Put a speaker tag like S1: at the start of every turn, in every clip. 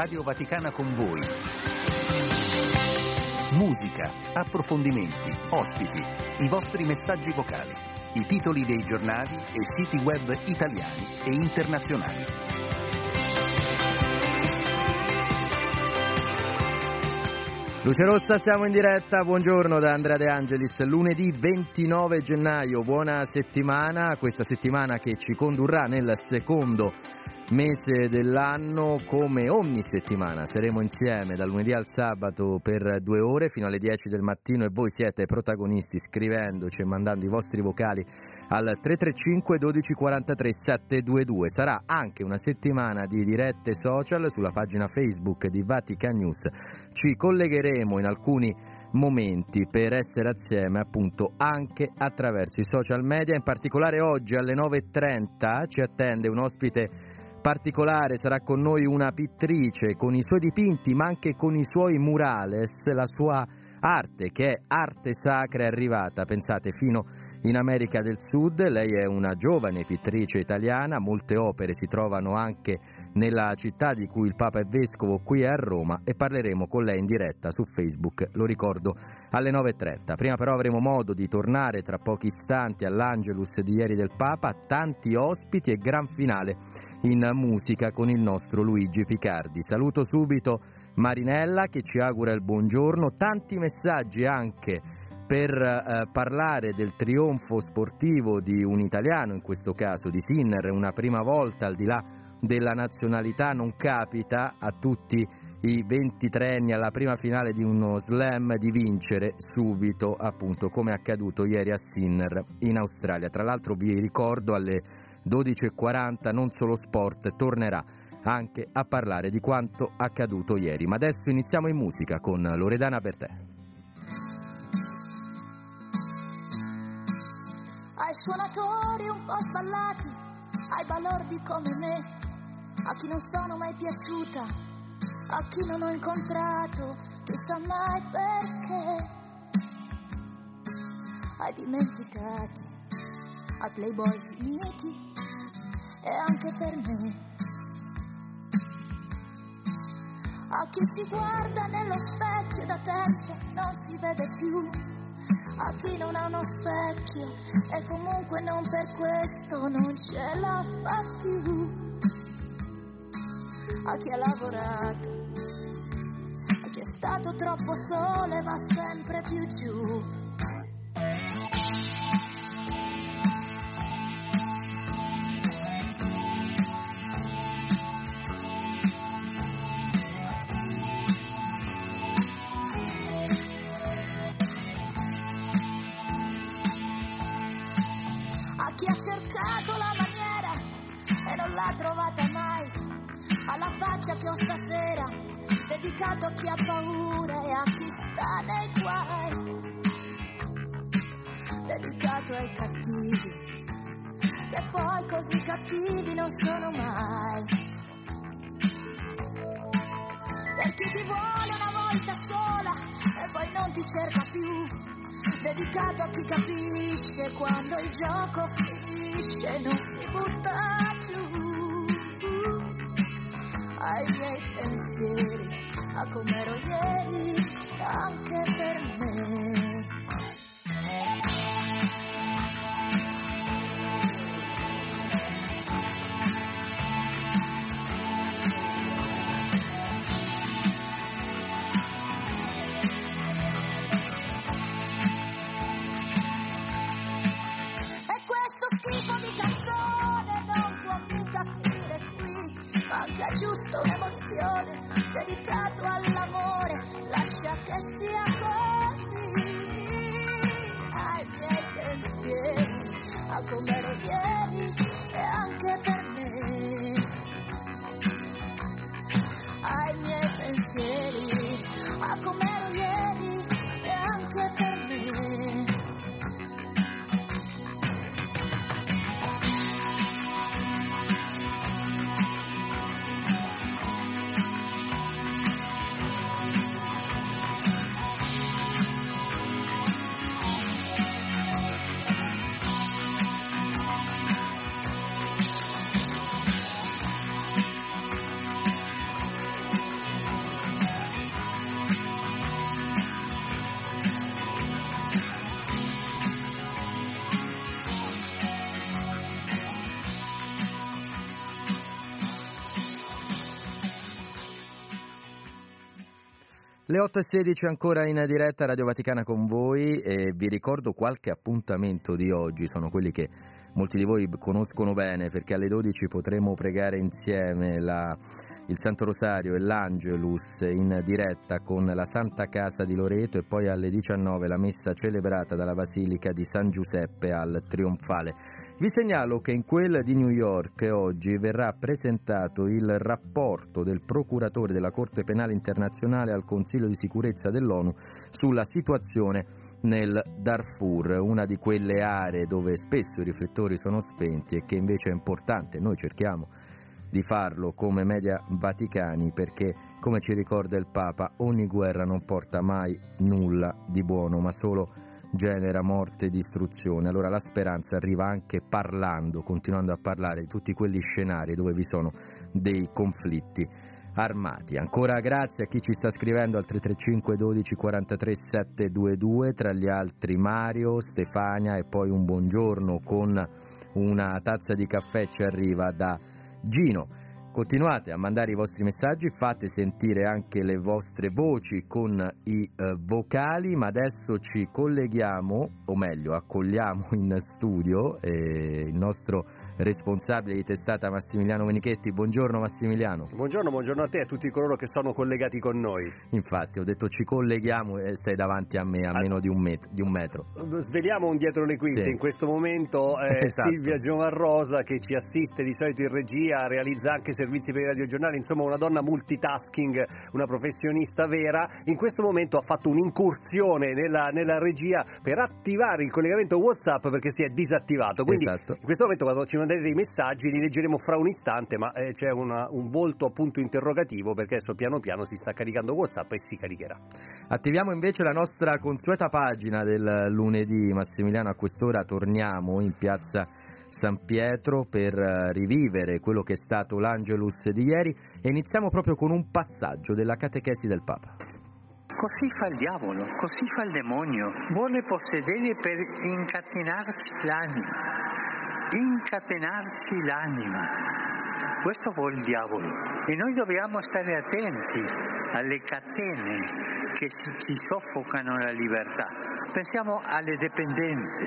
S1: Radio Vaticana con voi. Musica, approfondimenti, ospiti, i vostri messaggi vocali, i titoli dei giornali e siti web italiani e internazionali.
S2: Luce Rossa, siamo in diretta, buongiorno da Andrea De Angelis, lunedì 29 gennaio, buona settimana, questa settimana che ci condurrà nel secondo mese dell'anno. Come ogni settimana saremo insieme dal lunedì al sabato per 2 ore fino alle 10 del mattino e voi siete protagonisti scrivendoci e mandando i vostri vocali al 335 12 43 722. Sarà anche una settimana di dirette social sulla pagina Facebook di Vatican News. Ci collegheremo in alcuni momenti per essere assieme appunto anche attraverso i social media. In particolare oggi alle 9.30 ci attende un ospite particolare, sarà con noi una pittrice con i suoi dipinti ma anche con i suoi murales. La sua arte, che è arte sacra, è arrivata, pensate, fino in America del Sud. Lei è una giovane pittrice italiana, molte opere si trovano anche nella città di cui il Papa è vescovo, qui a Roma, e parleremo con lei in diretta su Facebook, lo ricordo, alle 9.30. Prima però avremo modo di tornare tra pochi istanti all'Angelus di ieri del Papa, tanti ospiti e gran finale in musica con il nostro Luigi Picardi. Saluto subito Marinella che ci augura il buongiorno, tanti messaggi anche per parlare del trionfo sportivo di un italiano, in questo caso di Sinner, una prima volta, al di là della nazionalità, non capita a tutti i 23enni alla prima finale di uno slam di vincere subito, appunto come è accaduto ieri a Sinner in Australia. Tra l'altro vi ricordo alle 12.40 Non Solo Sport tornerà anche a parlare di quanto accaduto ieri. Ma adesso iniziamo in musica con Loredana Bertè.
S3: Ai suonatori un po' sballati, ai balordi come me, a chi non sono mai piaciuta, a chi non ho incontrato, chissà mai perché, ai dimenticati, ai playboy finiti e anche per me, a chi si guarda nello specchio da tempo non si vede più, a chi non ha uno specchio e comunque non per questo non ce la fa più, a chi ha lavorato, a chi è stato troppo solo e va sempre più giù. Chi ha cercato la maniera e non l'ha trovata mai, alla faccia che ho stasera, dedicato a chi ha paura e a chi sta nei guai, dedicato ai cattivi, che poi così cattivi non sono mai, per chi ti vuole una volta sola e poi non ti cerca più, dedicato a chi capisce quando il gioco finisce, non si butta giù, ai miei pensieri, a com'ero ieri, anche per me. Giusto un'emozione, dedicato all'amore, lascia che sia così, ai miei pensieri, a com'ero ieri e anche per me, ai miei pensieri, a com'ero ieri e anche per me.
S2: Le 8:16 ancora in diretta Radio Vaticana con voi e vi ricordo qualche appuntamento di oggi, sono quelli che molti di voi conoscono bene perché alle 12 potremo pregare insieme il Santo Rosario e l'Angelus in diretta con la Santa Casa di Loreto e poi alle 19 la messa celebrata dalla Basilica di San Giuseppe al Trionfale. Vi segnalo che in quel di New York oggi verrà presentato il rapporto del procuratore della Corte Penale Internazionale al Consiglio di Sicurezza dell'ONU sulla situazione nel Darfur, una di quelle aree dove spesso i riflettori sono spenti e che invece è importante, noi cerchiamo di farlo come media vaticani perché, come ci ricorda il Papa, ogni guerra non porta mai nulla di buono ma solo genera morte e distruzione. Allora la speranza arriva anche parlando, continuando a parlare di tutti quegli scenari dove vi sono dei conflitti armati. Ancora grazie a chi ci sta scrivendo al 335 12 43 722, tra gli altri Mario, Stefania e poi un buongiorno con una tazza di caffè ci arriva da Gino. Continuate a mandare i vostri messaggi, fate sentire anche le vostre voci con i vocali, ma adesso ci colleghiamo, o meglio accogliamo in studio il nostro responsabile di testata Massimiliano Menichetti. Buongiorno Massimiliano.
S4: Buongiorno a te e a tutti coloro che sono collegati con noi.
S2: Infatti ho detto ci colleghiamo e sei davanti a me a meno di un metro.
S4: Sveliamo un dietro le quinte, sì. In questo momento esatto. Silvia Giovarrosa che ci assiste di solito in regia, realizza anche servizi per i radiogiornali, insomma una donna multitasking, una professionista vera. In questo momento ha fatto un'incursione nella regia per attivare il collegamento WhatsApp perché si è disattivato, quindi esatto. In questo momento quando ci manderete dei messaggi li leggeremo fra un istante, ma c'è un volto a punto interrogativo perché adesso piano piano si sta caricando WhatsApp e si caricherà.
S2: Attiviamo invece la nostra consueta pagina del lunedì. Massimiliano, a quest'ora torniamo in piazza San Pietro per rivivere quello che è stato l'Angelus di ieri e iniziamo proprio con un passaggio della catechesi del Papa.
S5: Così fa il diavolo, così fa il demonio, vuole possedere per incatenarci l'anima. Questo vuole il diavolo e noi dobbiamo stare attenti alle catene che ci soffocano la libertà. Pensiamo alle dipendenze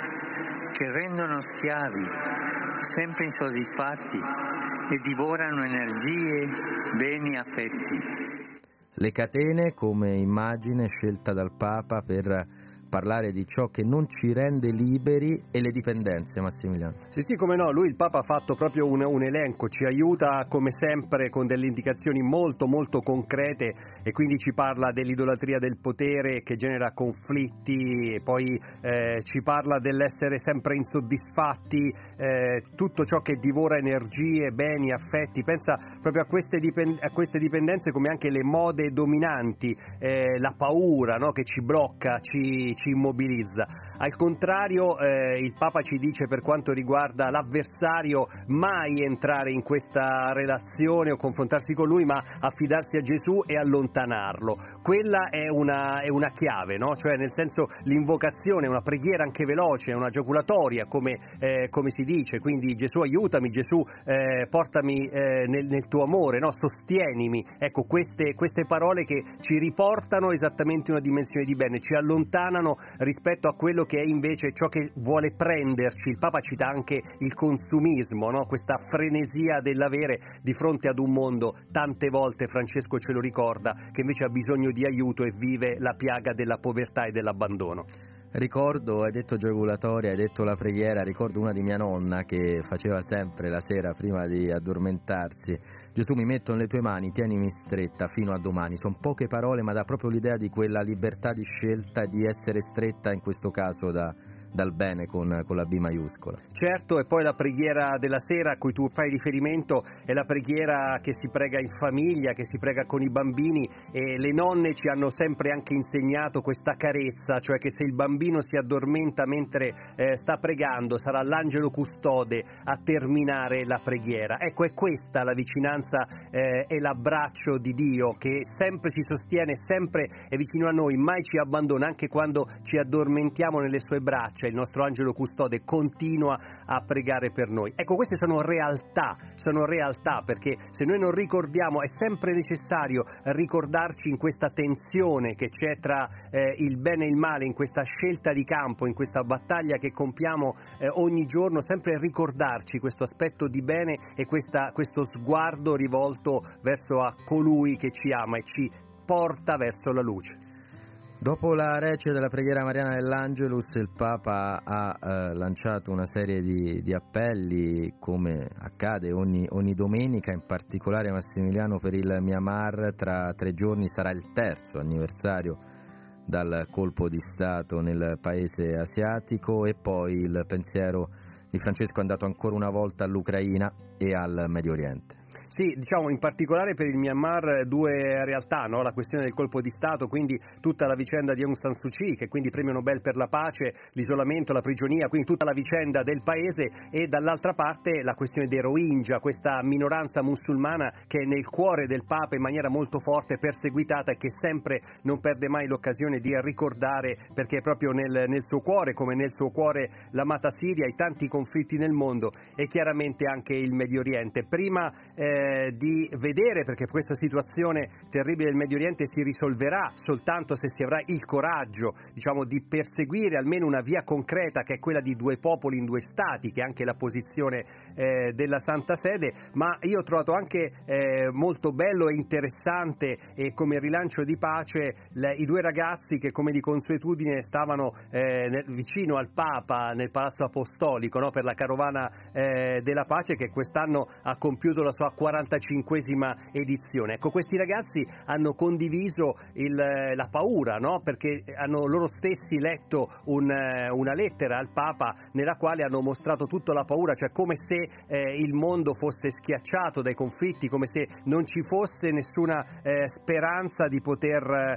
S5: che rendono schiavi, sempre insoddisfatti e divorano energie, beni, affetti.
S2: Le catene come immagine scelta dal Papa per parlare di ciò che non ci rende liberi e le dipendenze, Massimiliano.
S4: Sì, come no, lui il Papa ha fatto proprio un elenco, ci aiuta come sempre con delle indicazioni molto molto concrete e quindi ci parla dell'idolatria del potere che genera conflitti e poi ci parla dell'essere sempre insoddisfatti, tutto ciò che divora energie, beni, affetti, pensa proprio a queste dipendenze come anche le mode dominanti, la paura, no, che ci blocca, ci immobilizza. Al contrario, il Papa ci dice per quanto riguarda l'avversario mai entrare in questa relazione o confrontarsi con lui, ma affidarsi a Gesù e allontanarlo. Quella è una chiave, no? Cioè nel senso l'invocazione, una preghiera anche veloce, una giaculatoria come si dice, quindi Gesù aiutami, Gesù portami nel tuo amore, no? Sostienimi. Ecco, queste parole che ci riportano esattamente in una dimensione di bene, ci allontanano rispetto a quello che è invece ciò che vuole prenderci. Il Papa cita anche il consumismo, no? Questa frenesia dell'avere di fronte ad un mondo, tante volte Francesco ce lo ricorda, che invece ha bisogno di aiuto e vive la piaga della povertà e dell'abbandono.
S2: Ricordo, hai detto giaculatoria, hai detto la preghiera, ricordo una di mia nonna che faceva sempre la sera prima di addormentarsi: Gesù, mi metto nelle tue mani, tienimi stretta fino a domani. Sono poche parole ma dà proprio l'idea di quella libertà di scelta, di essere stretta in questo caso dal bene con la B maiuscola.
S4: Certo, e poi la preghiera della sera a cui tu fai riferimento è la preghiera che si prega in famiglia, che si prega con i bambini, e le nonne ci hanno sempre anche insegnato questa carezza, cioè che se il bambino si addormenta mentre sta pregando sarà l'angelo custode a terminare la preghiera. Ecco, è questa la vicinanza e l'abbraccio di Dio che sempre ci sostiene, sempre è vicino a noi, mai ci abbandona, anche quando ci addormentiamo nelle sue braccia. cioè il nostro angelo custode continua a pregare per noi. Ecco, queste sono realtà, perché se noi non ricordiamo, è sempre necessario ricordarci in questa tensione che c'è tra il bene e il male, in questa scelta di campo, in questa battaglia che compiamo ogni giorno, sempre ricordarci questo aspetto di bene e questo sguardo rivolto verso a colui che ci ama e ci porta verso la luce.
S2: Dopo la recita della preghiera mariana dell'Angelus, il Papa ha lanciato una serie di appelli, come accade ogni domenica, in particolare Massimiliano per il Myanmar. Tra 3 giorni sarà il 3° anniversario dal colpo di Stato nel paese asiatico, e poi il pensiero di Francesco è andato ancora una volta all'Ucraina e al Medio Oriente.
S4: Sì, diciamo in particolare per il Myanmar 2 realtà, no? La questione del colpo di Stato, quindi tutta la vicenda di Aung San Suu Kyi, che quindi premio Nobel per la pace, l'isolamento, la prigionia, quindi tutta la vicenda del paese, e dall'altra parte la questione dei Rohingya, questa minoranza musulmana che è nel cuore del Papa in maniera molto forte, perseguitata, e che sempre non perde mai l'occasione di ricordare, perché è proprio nel suo cuore, come nel suo cuore l'amata Siria, i tanti conflitti nel mondo e chiaramente anche il Medio Oriente. Prima di vedere, perché questa situazione terribile del Medio Oriente si risolverà soltanto se si avrà il coraggio, diciamo, di perseguire almeno una via concreta, che è quella di 2 popoli in 2 stati, che è anche la posizione della Santa Sede. Ma io ho trovato anche molto bello e interessante, e come rilancio di pace, i 2 ragazzi che come di consuetudine stavano vicino al Papa nel Palazzo Apostolico, no? Per la carovana della pace, che quest'anno ha compiuto la sua 45esima edizione. Ecco, questi ragazzi hanno condiviso la paura, no? Perché hanno loro stessi letto una lettera al Papa nella quale hanno mostrato tutta la paura, cioè come se il mondo fosse schiacciato dai conflitti, come se non ci fosse nessuna speranza di poter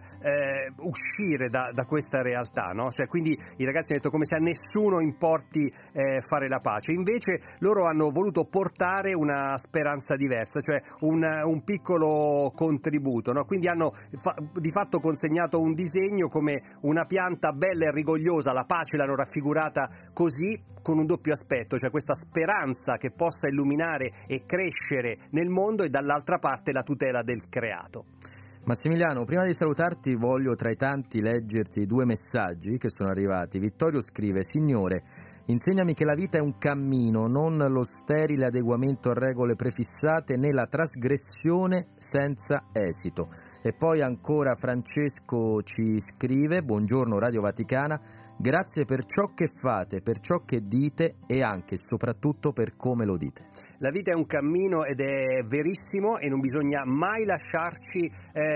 S4: uscire da questa realtà, no? Cioè, quindi i ragazzi hanno detto come se a nessuno importi fare la pace. Invece loro hanno voluto portare una speranza diversa, cioè un piccolo contributo, no? Quindi hanno di fatto consegnato un disegno come una pianta bella e rigogliosa, la pace l'hanno raffigurata così, con un doppio aspetto, cioè questa speranza che possa illuminare e crescere nel mondo, e dall'altra parte la tutela del creato.
S2: Massimiliano, prima di salutarti voglio tra i tanti leggerti 2 messaggi che sono arrivati. Vittorio scrive: Signore, insegnami che la vita è un cammino, non lo sterile adeguamento a regole prefissate né la trasgressione senza esito. E poi ancora Francesco ci scrive: buongiorno Radio Vaticana, grazie per ciò che fate, per ciò che dite e anche e soprattutto per come lo dite.
S4: La vita è un cammino ed è verissimo, e non bisogna mai lasciarci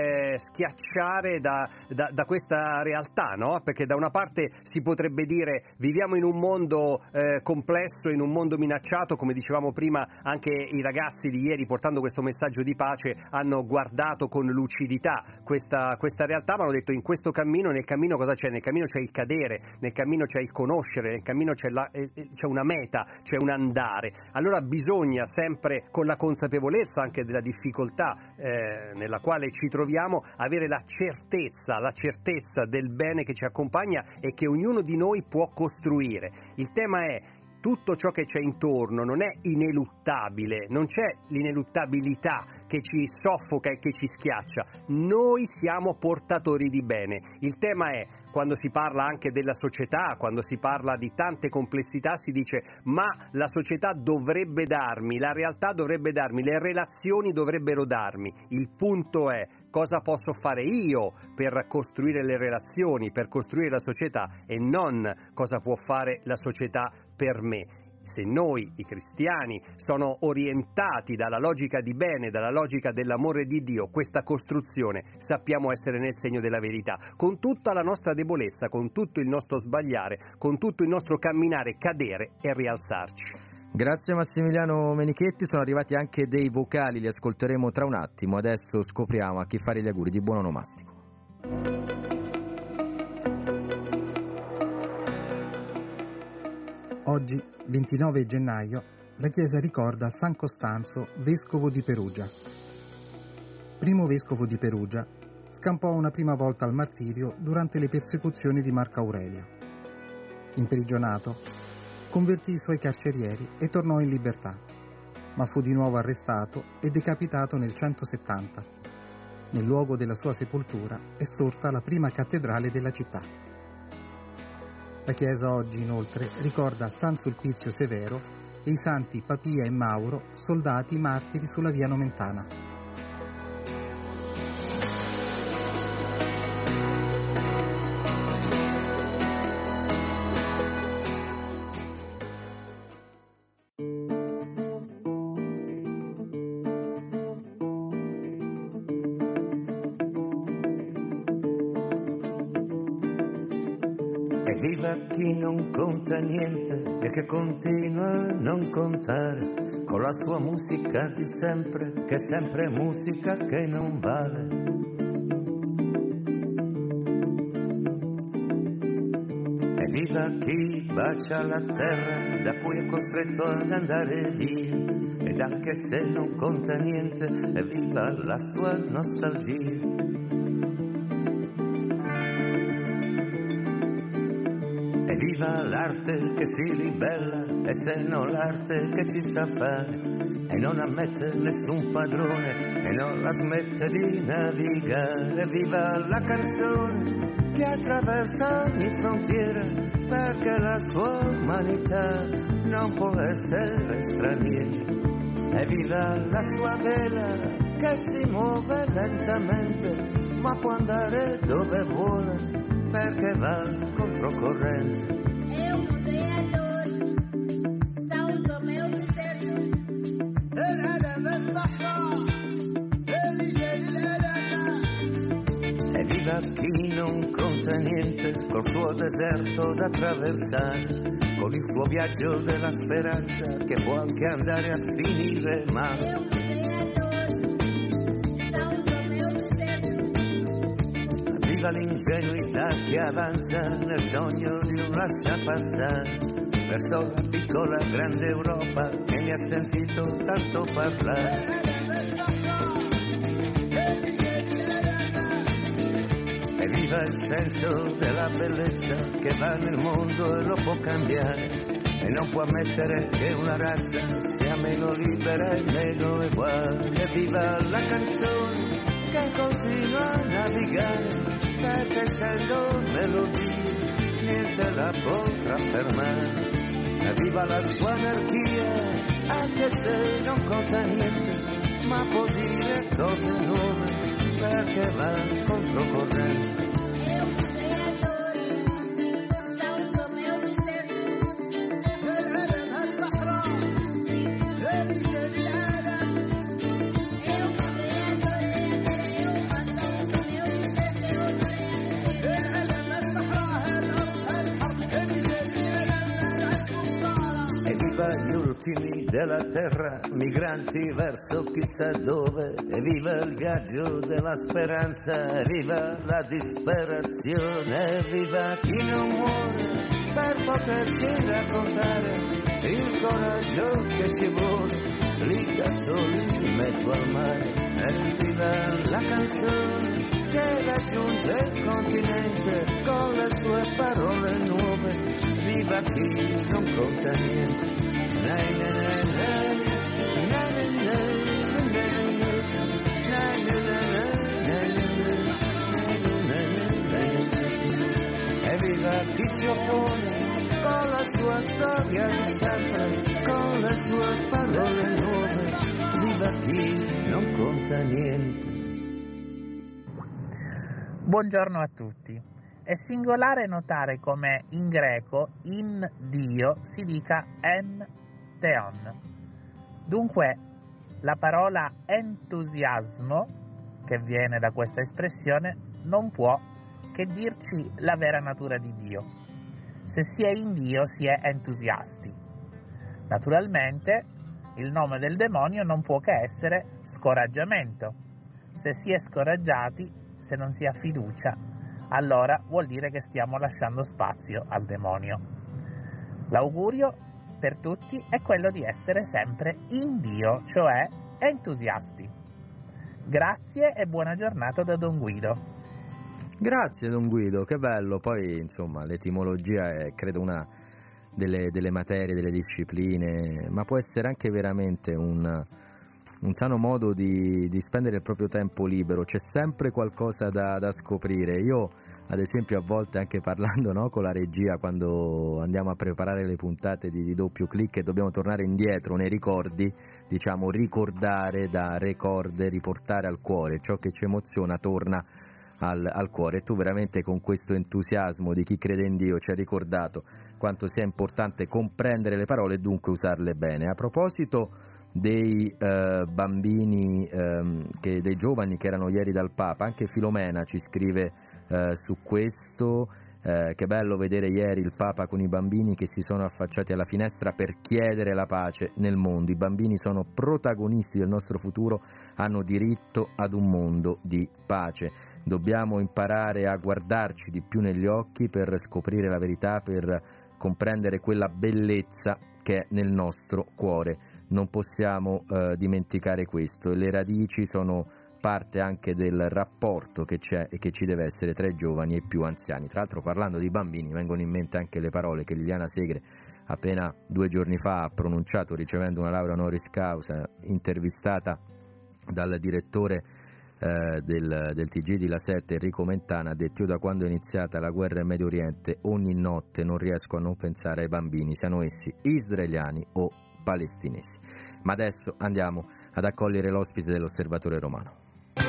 S4: schiacciare da questa realtà, no? Perché da una parte si potrebbe dire viviamo in un mondo complesso, in un mondo minacciato, come dicevamo prima, anche i ragazzi di ieri portando questo messaggio di pace hanno guardato con lucidità questa realtà, ma hanno detto in questo cammino, nel cammino cosa c'è? Nel cammino c'è il cadere, nel cammino c'è il conoscere, nel cammino c'è una meta, c'è un andare. Allora bisogna sempre, con la consapevolezza anche della difficoltà nella quale ci troviamo, avere la certezza del bene che ci accompagna e che ognuno di noi può costruire. Il tema è: tutto ciò che c'è intorno non è ineluttabile, non c'è l'ineluttabilità che ci soffoca e che ci schiaccia. Noi siamo portatori di bene. Il tema è, quando si parla anche della società, quando si parla di tante complessità, si dice ma la società dovrebbe darmi, la realtà dovrebbe darmi, le relazioni dovrebbero darmi. Il punto è: cosa posso fare io per costruire le relazioni, per costruire la società, e non cosa può fare la società per me. Se noi, i cristiani, sono orientati dalla logica di bene, dalla logica dell'amore di Dio, questa costruzione sappiamo essere nel segno della verità, con tutta la nostra debolezza, con tutto il nostro sbagliare, con tutto il nostro camminare, cadere e rialzarci.
S2: Grazie Massimiliano Menichetti, sono arrivati anche dei vocali, li ascolteremo tra un attimo. Adesso scopriamo a chi fare gli auguri di buon onomastico.
S6: Oggi, 29 gennaio, la Chiesa ricorda San Costanzo, vescovo di Perugia. Primo vescovo di Perugia, scampò una prima volta al martirio durante le persecuzioni di Marco Aurelio. Imprigionato, convertì i suoi carcerieri e tornò in libertà, ma fu di nuovo arrestato e decapitato nel 170. Nel luogo della sua sepoltura è sorta la prima cattedrale della città. La chiesa oggi, inoltre, ricorda San Sulpizio Severo e i santi Papia e Mauro, soldati martiri sulla via Nomentana.
S7: Viva chi non conta niente e che continua a non contare, con la sua musica di sempre, che è sempre musica che non vale. E viva chi bacia la terra da cui è costretto ad andare via, ed anche se non conta niente, e viva la sua nostalgia. E viva l'arte che si ribella, e se non l'arte che ci sa fare, e non ammette nessun padrone, e non la smette di navigare. Viva la canzone che attraversa ogni frontiera, perché la sua umanità non può essere straniera. E viva la sua vela che si muove lentamente, ma può andare dove vuole, perché va controcorrente.
S8: É um criador, São Tomé o deserto. الألم الصحراء الرجال الألم.
S7: E viva chi non conta niente, col suo deserto da attraversare, con il suo viaggio della speranza che può anche andare a finire male. Viva l'ingenuità che avanza nel sogno di un lasciapassare verso la piccola grande Europa che ne ha sentito tanto parlare. E viva il senso della bellezza che va nel mondo e lo può cambiare, e non può ammettere che una razza sia meno libera e meno uguale. E viva la canzone che continua a navigare, perché essendo melodia niente la potrà fermare. E viva la sua anarchia, anche se non conta niente, ma può dire cose nuove, perché va controcorrente. Gli ultimi della terra, migranti verso chissà dove, e viva il viaggio della speranza, e viva la disperazione, e viva chi non muore per poterci raccontare il coraggio che ci vuole lì da soli in mezzo al mare. E viva la canzone che raggiunge il continente con le sue parole nuove. Viva chi non conta niente. E viva chi si oppone con la sua storia di sempre, con le sue parole nuove. Viva chi non conta niente.
S9: Buongiorno a tutti. È singolare notare come in greco in Dio si dica en theon. Dunque la parola entusiasmo, che viene da questa espressione, non può che dirci la vera natura di Dio. Se si è in Dio si è entusiasti. Naturalmente il nome del demonio non può che essere scoraggiamento. Se si è scoraggiati, se non si ha fiducia, allora vuol dire che stiamo lasciando spazio al demonio. L'augurio per tutti è quello di essere sempre in Dio, cioè entusiasti. Grazie e buona giornata da Don Guido.
S2: Grazie Don Guido, che bello. Poi insomma l'etimologia è credo una delle materie, delle discipline, ma può essere anche veramente un sano modo di spendere il proprio tempo libero. C'è sempre qualcosa da scoprire. Io ad esempio a volte anche parlando, no, con la regia, quando andiamo a preparare le puntate di doppio clic e dobbiamo tornare indietro nei ricordi, diciamo ricordare da record, riportare al cuore ciò che ci emoziona torna al cuore. E tu veramente con questo entusiasmo di chi crede in Dio ci hai ricordato quanto sia importante comprendere le parole e dunque usarle bene. A proposito dei bambini, dei giovani che erano ieri dal Papa, anche Filomena ci scrive su questo, che bello vedere ieri il Papa con i bambini che si sono affacciati alla finestra per chiedere la pace nel mondo. I bambini sono protagonisti del nostro futuro, hanno diritto ad un mondo di pace. Dobbiamo imparare a guardarci di più negli occhi per scoprire la verità, per comprendere quella bellezza che è nel nostro cuore. Non possiamo dimenticare questo. Le radici sono parte anche del rapporto che c'è e che ci deve essere tra i giovani e i più anziani. Tra l'altro, parlando di bambini, vengono in mente anche le parole che Liliana Segre appena 2 giorni fa ha pronunciato ricevendo una laurea honoris causa, intervistata dal direttore del TG di La 7, Enrico Mentana. Ha detto: io da quando è iniziata la guerra in Medio Oriente ogni notte non riesco a non pensare ai bambini, siano essi israeliani o palestinesi. Ma adesso andiamo ad accogliere l'ospite dell'Osservatore Romano.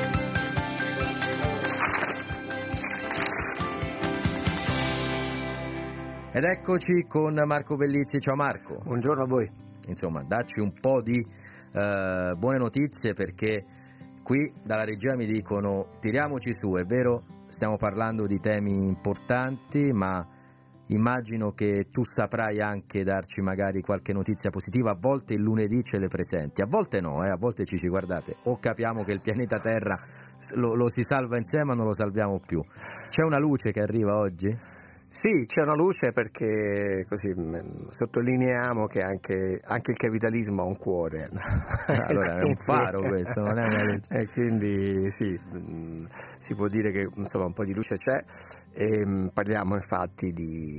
S2: Ed eccoci con Marco Bellizzi. Ciao Marco.
S10: Buongiorno a voi.
S2: Insomma, dacci un po' di buone notizie, perché qui dalla regia mi dicono tiriamoci su. È vero, stiamo parlando di temi importanti, ma immagino che tu saprai anche darci magari qualche notizia positiva. A volte il lunedì ce le presenti, a volte no, a volte ci guardate, o capiamo che il pianeta Terra lo si salva insieme o non lo salviamo più. C'è una luce che arriva oggi?
S10: Sì, c'è una luce, perché così sottolineiamo che anche il capitalismo ha un cuore.
S2: Allora è un faro questo, non è una luce.
S10: E quindi sì, si può dire che insomma un po' di luce c'è. Parliamo infatti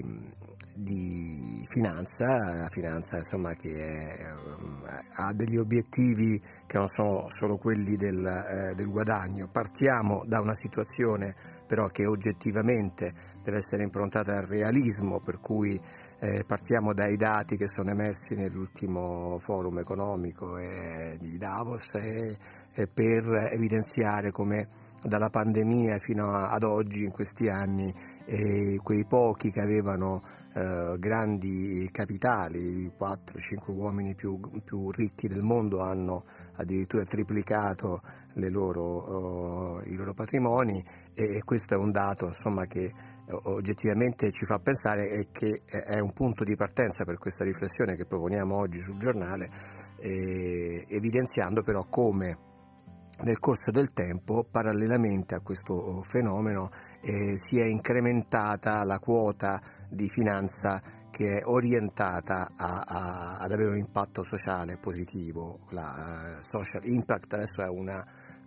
S10: di finanza, la finanza insomma che ha degli obiettivi che non sono solo quelli del guadagno. Partiamo da una situazione però che oggettivamente deve essere improntata al realismo, per cui partiamo dai dati che sono emersi nell'ultimo forum economico di Davos per evidenziare come dalla pandemia fino ad oggi, in questi anni, quei pochi che avevano grandi capitali, i 4-5 uomini più ricchi del mondo, hanno addirittura triplicato i loro patrimoni, e questo è un dato insomma che oggettivamente ci fa pensare e che è un punto di partenza per questa riflessione che proponiamo oggi sul giornale, evidenziando però come nel corso del tempo, parallelamente a questo fenomeno, si è incrementata la quota di finanza che è orientata ad avere un impatto sociale positivo. La social impact adesso è una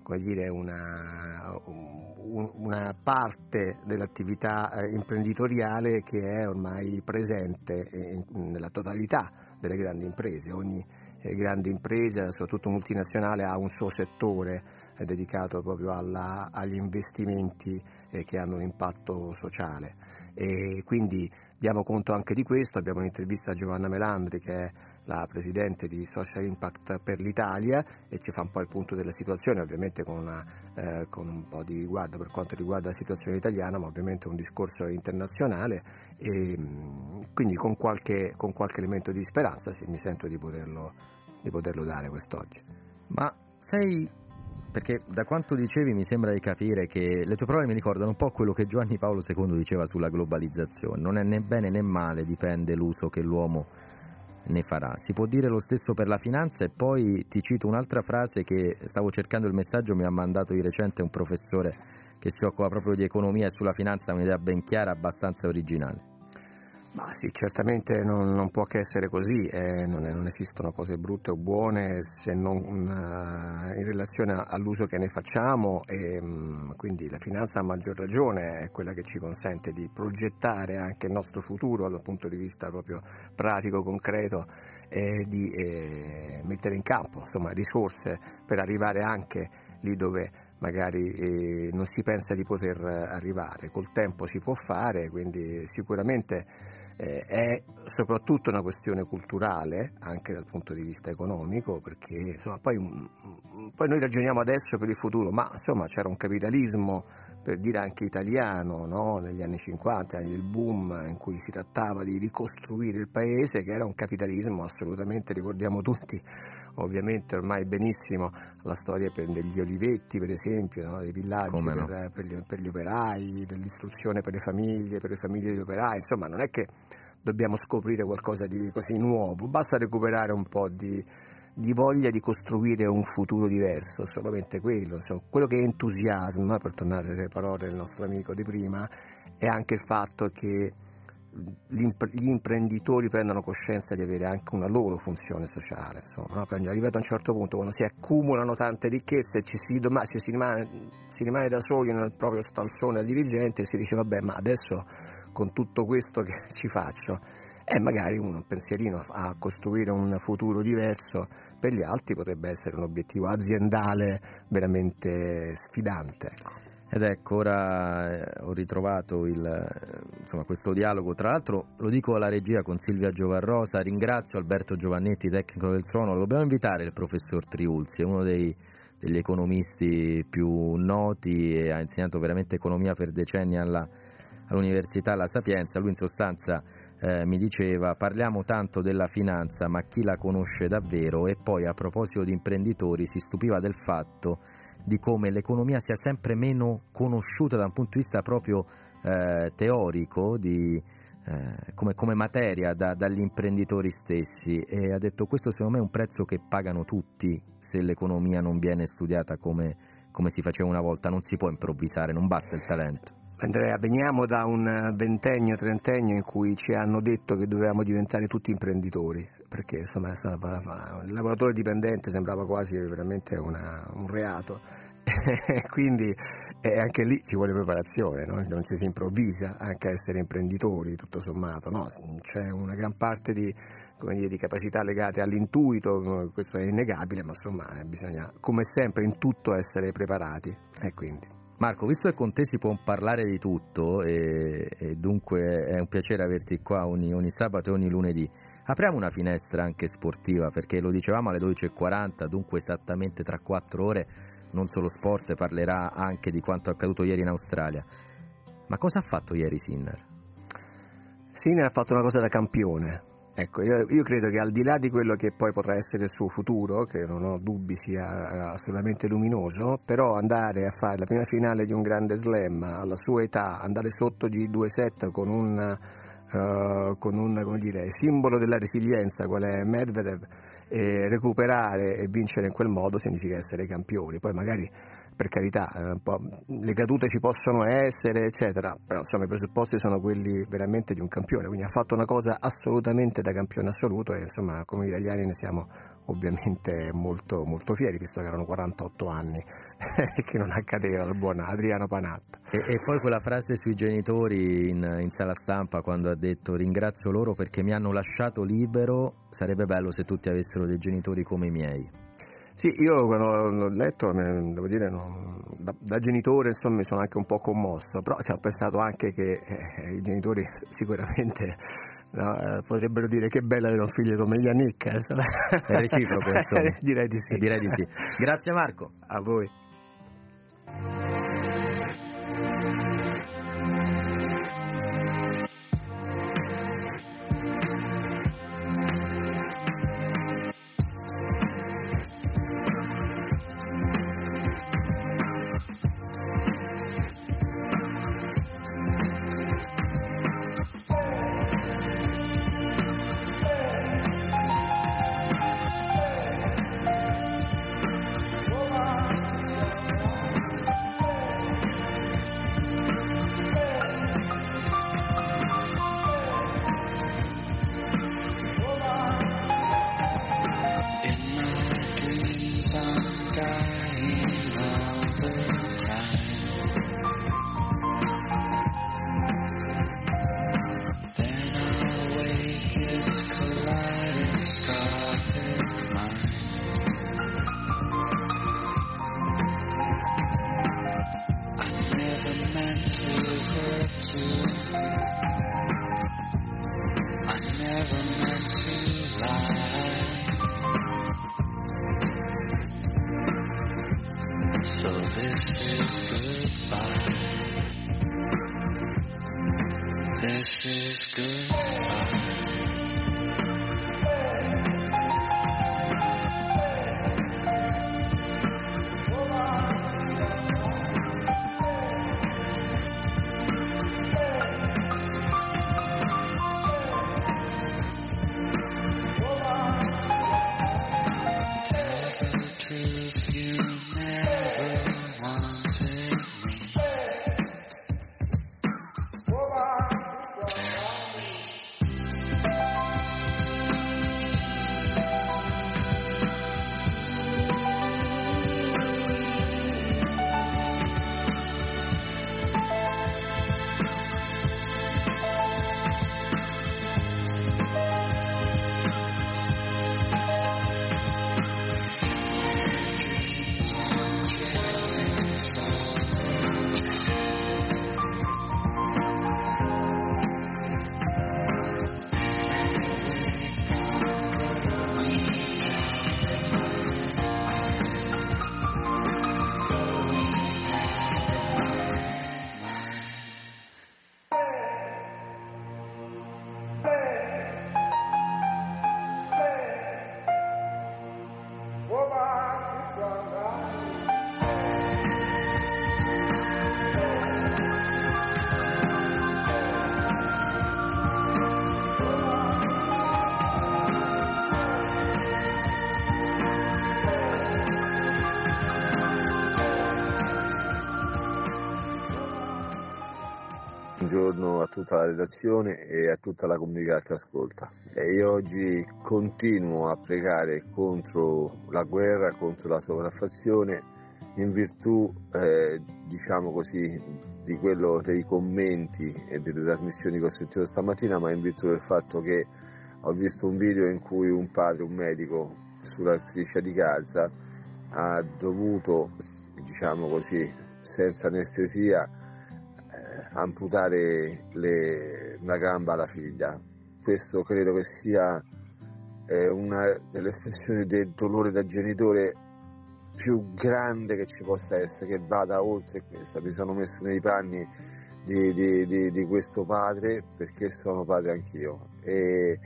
S10: parte dell'attività imprenditoriale che è ormai presente nella totalità delle grandi imprese. Ogni grande impresa, soprattutto multinazionale, ha un suo settore dedicato proprio agli investimenti che hanno un impatto sociale, e quindi diamo conto anche di questo. Abbiamo un'intervista a Giovanna Melandri, che è la presidente di Social Impact per l'Italia, e ci fa un po' il punto della situazione, ovviamente con un po' di riguardo per quanto riguarda la situazione italiana, ma ovviamente un discorso internazionale, e quindi con qualche elemento di speranza mi sento di poterlo dare quest'oggi.
S2: Ma sai, perché da quanto dicevi mi sembra di capire che le tue parole mi ricordano un po' quello che Giovanni Paolo II diceva sulla globalizzazione: non è né bene né male, dipende l'uso che l'uomo ne farà. Si può dire lo stesso per la finanza. E poi ti cito un'altra frase che stavo cercando, il messaggio mi ha mandato di recente un professore che si occupa proprio di economia, e sulla finanza un'idea ben chiara, abbastanza originale.
S10: Ma sì, certamente non può che essere così, non esistono cose brutte o buone se non in relazione all'uso che ne facciamo, e quindi la finanza a maggior ragione è quella che ci consente di progettare anche il nostro futuro dal punto di vista proprio pratico, concreto, e di mettere in campo insomma risorse per arrivare anche lì dove magari non si pensa di poter arrivare. Col tempo si può fare, quindi sicuramente è soprattutto una questione culturale anche dal punto di vista economico, perché insomma, poi noi ragioniamo adesso per il futuro, ma insomma c'era un capitalismo, per dire anche italiano, no? Negli anni 50, anni del boom, in cui si trattava di ricostruire il paese, che era un capitalismo assolutamente, ricordiamo tutti ovviamente ormai benissimo la storia degli olivetti, per esempio, no? Dei villaggi per gli operai, dell'istruzione per le famiglie degli operai. Insomma, non è che dobbiamo scoprire qualcosa di così nuovo, basta recuperare un po' di voglia di costruire un futuro diverso, solamente quello. Insomma, quello che entusiasma, per tornare alle parole del nostro amico di prima, è anche il fatto che gli imprenditori prendano coscienza di avere anche una loro funzione sociale, insomma, no? Arrivato a un certo punto, quando si accumulano tante ricchezze, si rimane da soli nel proprio stanzone da dirigente e si dice vabbè, ma adesso con tutto questo che ci faccio? E magari un pensierino a costruire un futuro diverso per gli altri potrebbe essere un obiettivo aziendale veramente sfidante, ecco.
S2: Ed ecco, ora ho ritrovato questo dialogo. Tra l'altro lo dico alla regia con Silvia Giovarrosa, ringrazio Alberto Giovannetti, tecnico del suono. Lo dobbiamo invitare il professor Triulzi, è uno degli economisti più noti e ha insegnato veramente economia per decenni all'Università La Sapienza. Lui in sostanza mi diceva: parliamo tanto della finanza, ma chi la conosce davvero? E poi, a proposito di imprenditori, si stupiva del fatto di come l'economia sia sempre meno conosciuta da un punto di vista proprio teorico, come materia dagli imprenditori stessi, e ha detto: questo secondo me è un prezzo che pagano tutti se l'economia non viene studiata come si faceva una volta. Non si può improvvisare, non basta il talento.
S10: Andrea, veniamo da un ventennio, trentennio in cui ci hanno detto che dovevamo diventare tutti imprenditori, perché insomma il lavoratore dipendente sembrava quasi veramente un reato. Quindi anche lì ci vuole preparazione, no? Non ci si improvvisa anche a essere imprenditori, tutto sommato, no? C'è una gran parte di capacità legate all'intuito, questo è innegabile, ma insomma bisogna, come sempre in tutto, essere preparati. E quindi
S2: Marco, visto che con te si può parlare di tutto e dunque è un piacere averti qua ogni sabato e ogni lunedì, apriamo una finestra anche sportiva, perché lo dicevamo alle 12:40, dunque esattamente tra 4 ore Non Solo Sport parlerà anche di quanto accaduto ieri in Australia. Ma cosa ha fatto ieri Sinner?
S10: Sinner ha fatto una cosa da campione. Ecco, io credo che al di là di quello che poi potrà essere il suo futuro, che non ho dubbi sia assolutamente luminoso, però andare a fare la prima finale di un grande slam alla sua età, andare sotto di 2-7 con un come dire, simbolo della resilienza qual è Medvedev, e recuperare e vincere in quel modo significa essere campioni. Poi magari, per carità, un po' le cadute ci possono essere, eccetera, però insomma i presupposti sono quelli veramente di un campione, quindi ha fatto una cosa assolutamente da campione assoluto, e insomma come italiani ne siamo ovviamente molto, molto fieri, visto che erano 48 anni che non accadeva al buon Adriano Panatta.
S2: E poi quella frase sui genitori in sala stampa, quando ha detto: ringrazio loro perché mi hanno lasciato libero, sarebbe bello se tutti avessero dei genitori come i miei.
S10: Sì, io quando l'ho letto, devo dire, da genitore insomma mi sono anche un po' commosso, però ho pensato anche che i genitori sicuramente potrebbero dire: che bello avere un figlio come Yannick.
S2: È reciproco, insomma.
S10: Direi di sì.
S2: Direi di sì. Grazie Marco.
S10: A voi.
S11: is good.
S12: Buongiorno a tutta la redazione e a tutta la comunità che ascolta. Io oggi continuo a pregare contro la guerra, contro la sopraffazione, in virtù, diciamo così, di quello dei commenti e delle trasmissioni che ho sentito stamattina, ma in virtù del fatto che ho visto un video in cui un padre, un medico, sulla striscia di Gaza ha dovuto, diciamo così, senza anestesia, amputare una gamba alla figlia. Questo credo che sia una delle espressioni del dolore da genitore più grande che ci possa essere, che vada oltre questa. Mi sono messo nei panni di questo padre, perché sono padre anch'io, e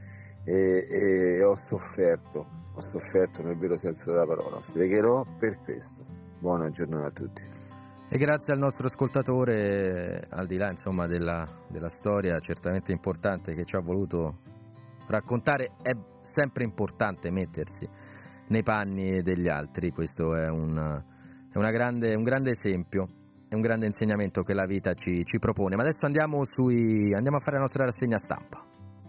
S12: ho sofferto nel vero senso della parola. Pregherò per questo. Buona giornata a tutti.
S2: E grazie al nostro ascoltatore, al di là insomma della storia certamente importante che ci ha voluto raccontare. È sempre importante mettersi nei panni degli altri, questo è un grande esempio, è un grande insegnamento che la vita ci propone. Ma adesso andiamo a fare la nostra rassegna stampa.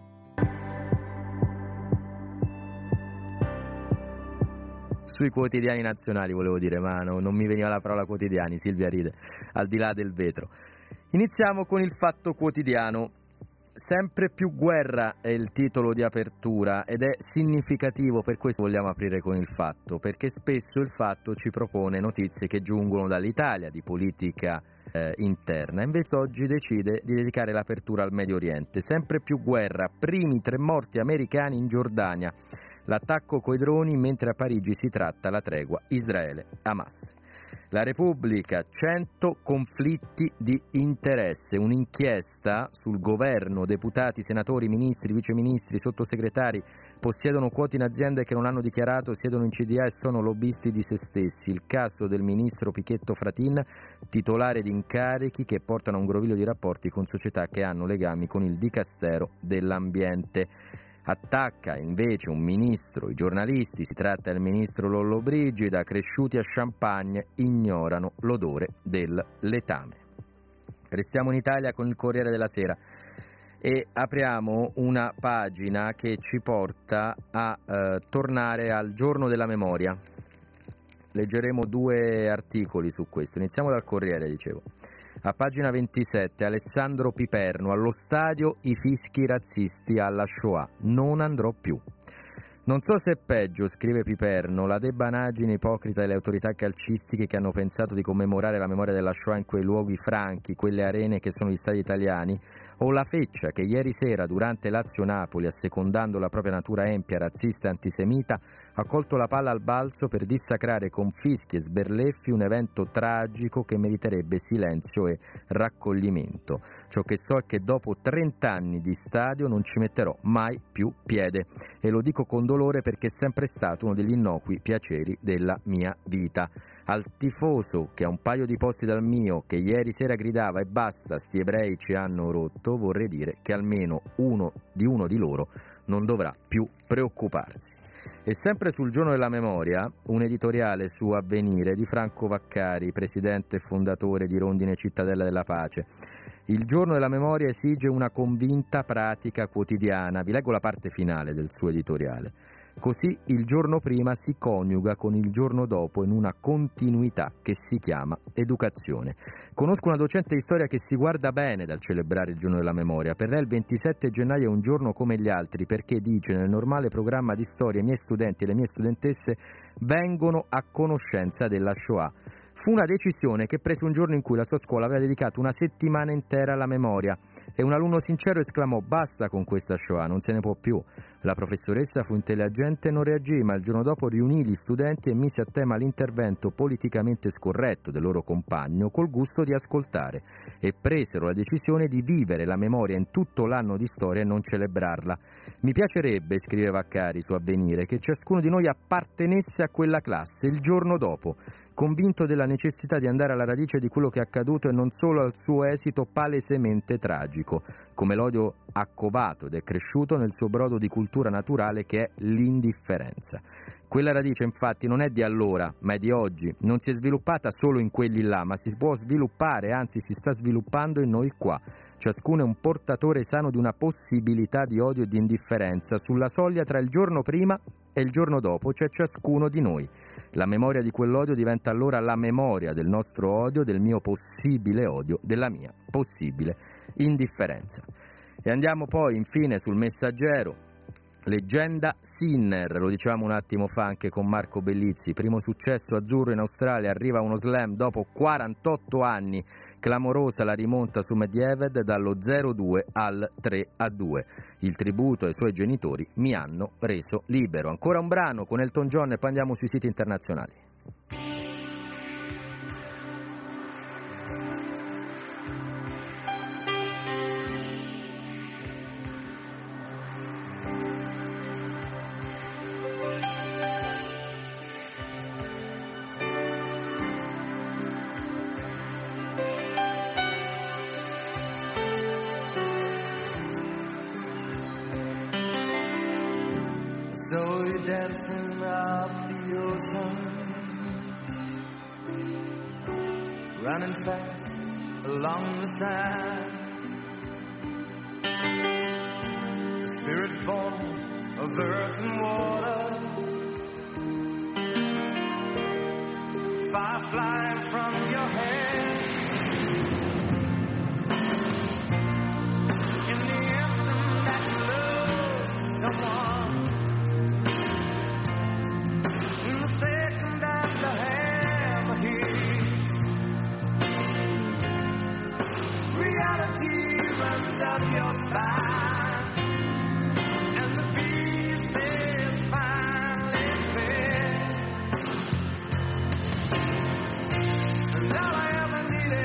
S2: Sui quotidiani nazionali volevo dire, ma non mi veniva la parola quotidiani. Silvia ride, al di là del vetro. Iniziamo con il Fatto Quotidiano. Sempre più guerra è il titolo di apertura ed è significativo, per questo vogliamo aprire con il Fatto, perché spesso il Fatto ci propone notizie che giungono dall'Italia, di politica interna. Invece oggi decide di dedicare l'apertura al Medio Oriente. Sempre più guerra, primi 3 morti americani in Giordania. L'attacco coi droni mentre a Parigi si tratta la tregua Israele-Hamas. La Repubblica, 100 conflitti di interesse, un'inchiesta sul governo, deputati, senatori, ministri, viceministri, sottosegretari possiedono quote in aziende che non hanno dichiarato, siedono in CDA e sono lobbisti di se stessi. Il caso del ministro Pichetto Fratin, titolare di incarichi che portano a un groviglio di rapporti con società che hanno legami con il Dicastero dell'Ambiente. Attacca invece un ministro, i giornalisti, si tratta del ministro Lollobrigida, cresciuti a Champagne, ignorano l'odore del letame. Restiamo in Italia con il Corriere della Sera e apriamo una pagina che ci porta a tornare al giorno della memoria. Leggeremo 2 articoli su questo. Iniziamo dal Corriere, dicevo. A pagina 27, Alessandro Piperno, allo stadio i fischi razzisti alla Shoah, non andrò più. Non so se è peggio, scrive Piperno, la debanaggine ipocrita delle autorità calcistiche che hanno pensato di commemorare la memoria della Shoah in quei luoghi franchi, quelle arene che sono gli stadi italiani, o la feccia che ieri sera durante Lazio-Napoli, assecondando la propria natura empia, razzista e antisemita, ha colto la palla al balzo per dissacrare con fischi e sberleffi un evento tragico che meriterebbe silenzio e raccoglimento. Ciò che so è che dopo 30 anni di stadio non ci metterò mai più piede, e lo dico con dolore perché è sempre stato uno degli innocui piaceri della mia vita. Al tifoso che a un paio di posti dal mio, che ieri sera gridava e basta, sti ebrei ci hanno rotto, vorrei dire che almeno uno di loro non dovrà più preoccuparsi. E sempre sul giorno della memoria, un editoriale su Avvenire di Franco Vaccari, presidente e fondatore di Rondine Cittadella della Pace. Il giorno della memoria esige una convinta pratica quotidiana. Vi leggo la parte finale del suo editoriale. Così il giorno prima si coniuga con il giorno dopo in una continuità che si chiama educazione. Conosco una docente di storia che si guarda bene dal celebrare il giorno della memoria. Per lei il 27 gennaio è un giorno come gli altri perché, dice, nel normale programma di storia i miei studenti e le mie studentesse vengono a conoscenza della Shoah. Fu una decisione che prese un giorno in cui la sua scuola aveva dedicato una settimana intera alla memoria e un alunno sincero esclamò: basta con questa Shoah, non se ne può più. La professoressa fu intelligente e non reagì, ma il giorno dopo riunì gli studenti e mise a tema l'intervento politicamente scorretto del loro compagno col gusto di ascoltare, e presero la decisione di vivere la memoria in tutto l'anno di storia e non celebrarla. Mi piacerebbe, scrive Vaccari su Avvenire, che ciascuno di noi appartenesse a quella classe il giorno dopo, convinto della necessità di andare alla radice di quello che è accaduto e non solo al suo esito palesemente tragico, come l'odio ha covato ed è cresciuto nel suo brodo di cultura naturale che è l'indifferenza. Quella radice infatti non è di allora, ma è di oggi, non si è sviluppata solo in quelli là, ma si può sviluppare, anzi si sta sviluppando in noi qua. Ciascuno è un portatore sano di una possibilità di odio e di indifferenza. Sulla soglia tra il giorno prima e il giorno dopo c'è ciascuno di noi. La memoria di quell'odio diventa allora la memoria del nostro odio, del mio possibile odio, della mia possibile indifferenza. E andiamo poi infine sul Messaggero. Leggenda Sinner, lo dicevamo un attimo fa anche con Marco Bellizzi, primo successo azzurro in Australia, arriva uno slam dopo 48 anni, clamorosa la rimonta su Medvedev dallo 0-2 al 3-2. Il tributo ai suoi genitori: mi hanno reso libero. Ancora un brano con Elton John e poi andiamo sui siti internazionali.
S11: So you're dancing up the ocean, running fast along the sand, a spirit born of earth and water, fire flying from your head. In the instant that you love someone, second that the hammer hits, reality runs up your spine, and the beast is finally fed. And all I ever needed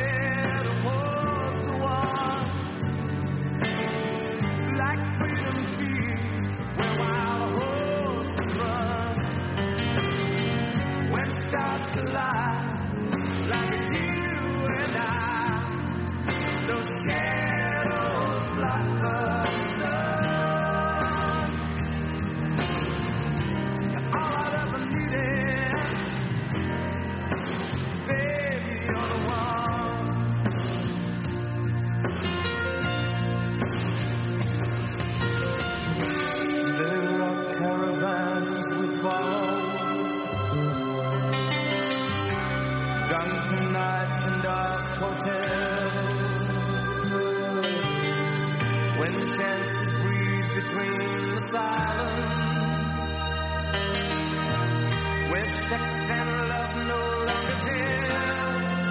S11: where sex and love no longer tells.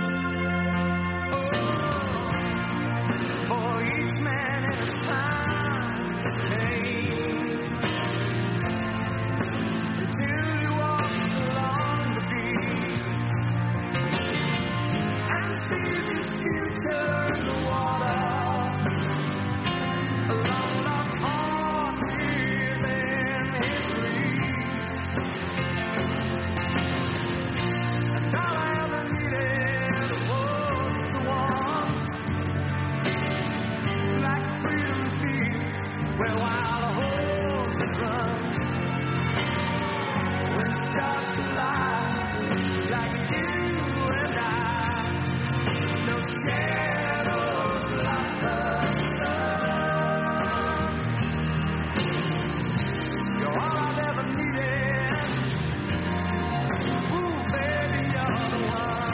S11: Oh, for each man in his time is pain, until he walks along the beach and sees his future in the water. A long lost heart within his reach. And all I ever needed was the one, like freedom fields where wild horses run, when stars collide, like you and I, no shadows block the sun. You're all I've ever needed. Ooh, baby, you're the one.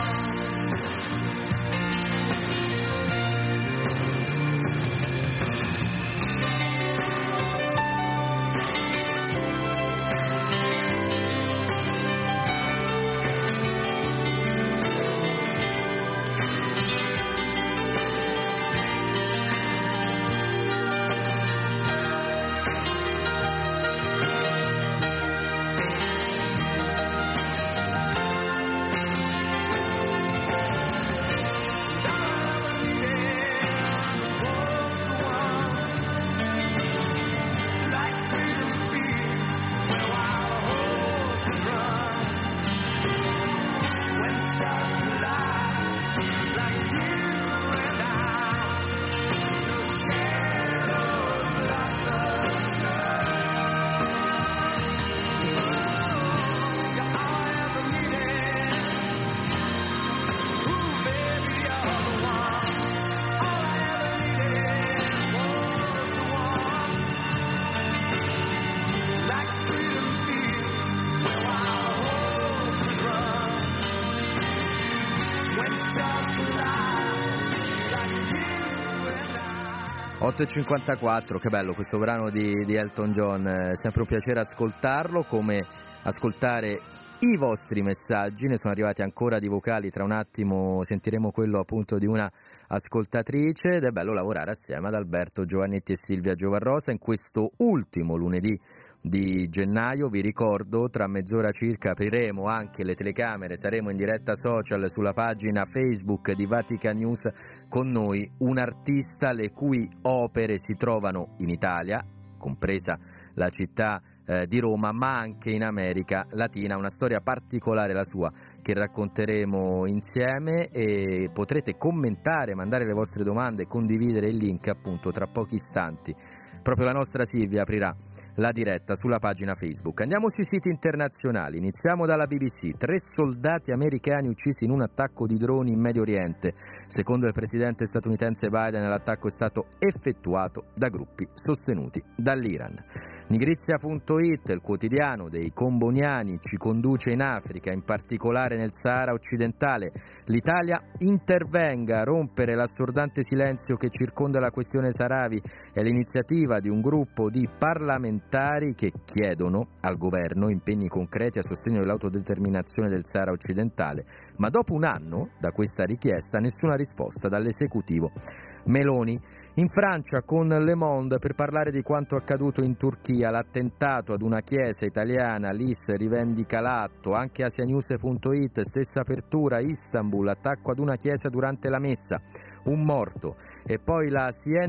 S2: Like 8:54, che bello questo brano di Elton John, è sempre un piacere ascoltarlo, come ascoltare i vostri messaggi, ne sono arrivati ancora di vocali, tra un attimo sentiremo quello appunto di una ascoltatrice ed è bello lavorare assieme ad Alberto Giovannetti e Silvia Giovarrosa in questo ultimo lunedì di gennaio. Vi ricordo, tra mezz'ora circa apriremo anche le telecamere, saremo in diretta social sulla pagina Facebook di Vatican News, con noi un artista le cui opere si trovano in Italia, compresa la città di Roma, ma anche in America Latina. Una storia particolare la sua che racconteremo insieme e potrete commentare, mandare le vostre domande, condividere il link appunto tra pochi istanti. Proprio la nostra Silvia aprirà la diretta sulla pagina Facebook. Andiamo sui siti internazionali, iniziamo dalla BBC. 3 soldati americani uccisi in un attacco di droni in Medio Oriente. Secondo il presidente statunitense Biden, l'attacco è stato effettuato da gruppi sostenuti dall'Iran. Nigrizia.it, il quotidiano dei comboniani, ci conduce in Africa, in particolare nel Sahara occidentale. L'Italia intervenga a rompere l'assordante silenzio che circonda la questione Sahrawi. È l'iniziativa di un gruppo di parlamentari che chiedono al governo impegni concreti a sostegno dell'autodeterminazione del Sahara occidentale, ma dopo un anno da questa richiesta nessuna risposta dall'esecutivo Meloni. In Francia con Le Monde per parlare di quanto accaduto in Turchia, l'attentato ad una chiesa italiana, l'IS rivendica l'atto, anche asianews.it, stessa apertura, Istanbul, attacco ad una chiesa durante la messa, un morto. E poi la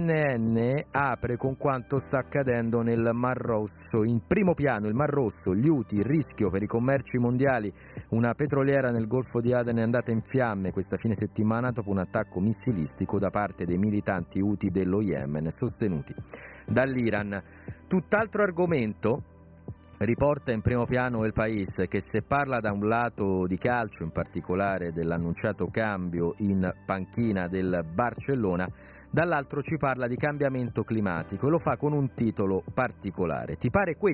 S2: CNN apre con quanto sta accadendo nel Mar Rosso. In primo piano il Mar Rosso, gli Houthi, il rischio per i commerci mondiali, una petroliera nel Golfo di Aden è andata in fiamme questa fine settimana dopo un attacco missilistico da parte dei militanti Houthi dello Yemen sostenuti dall'Iran. Tutt'altro argomento. Riporta in primo piano Il País, che se parla da un lato di calcio, in particolare dell'annunciato cambio in panchina del Barcellona, dall'altro ci parla di cambiamento climatico e lo fa con un titolo particolare. Ti pare questa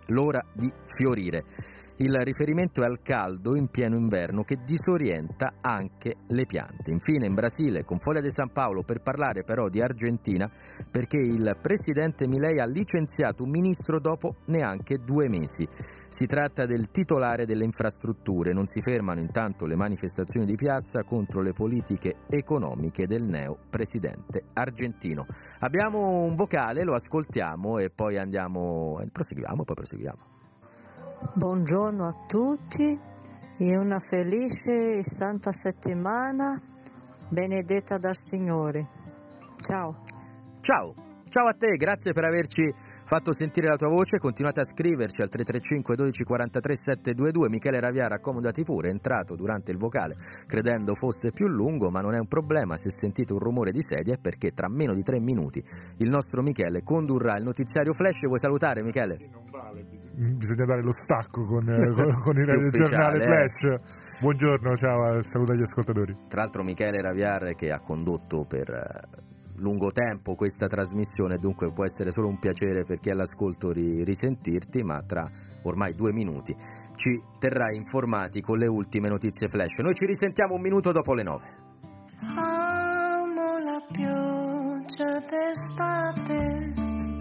S2: l'ora di fiorire. Il riferimento è al caldo in pieno inverno che disorienta anche le piante. Infine in Brasile, con Foglia de San Paolo, per parlare però di Argentina, perché il presidente Milei ha licenziato un ministro dopo neanche 2 mesi. Si tratta del titolare delle infrastrutture. Non si fermano intanto le manifestazioni di piazza contro le politiche economiche del neo presidente argentino. Abbiamo un vocale, lo ascoltiamo e poi proseguiamo.
S13: Buongiorno a tutti e una felice e santa settimana benedetta dal Signore. Ciao.
S2: Ciao a te, grazie per averci fatto sentire la tua voce. Continuate a scriverci al 335 12 43 722. Michele Raviara, accomodati pure, è entrato durante il vocale credendo fosse più lungo, ma non è un problema. Se sentite un rumore di sedia è perché tra meno di 3 minuti il nostro Michele condurrà il notiziario Flash. Vuoi salutare, Michele?
S14: Sì, non vale, bisogna dare lo stacco con il giornale Flash. Buongiorno, ciao, saluto agli ascoltatori.
S2: Tra l'altro Michele Raviar, che ha condotto per lungo tempo questa trasmissione, dunque può essere solo un piacere per chi è all'ascolto risentirti, ma tra ormai 2 minuti ci terrai informati con le ultime notizie Flash. Noi ci risentiamo 1 minuto dopo le 9.
S11: Amo la pioggia d'estate,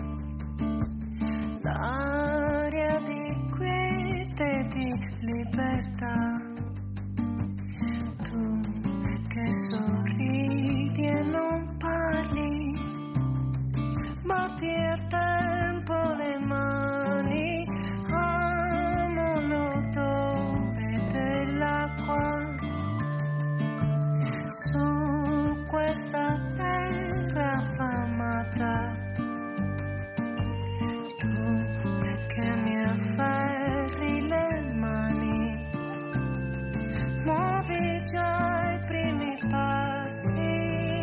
S11: l'aria di quiete e di libertà, tu che sorridi e non parli, batti al tempo le mani, amo l'odore dell'acqua su questa terra affamata, tu che mi afferri le mani, muovi già i primi passi,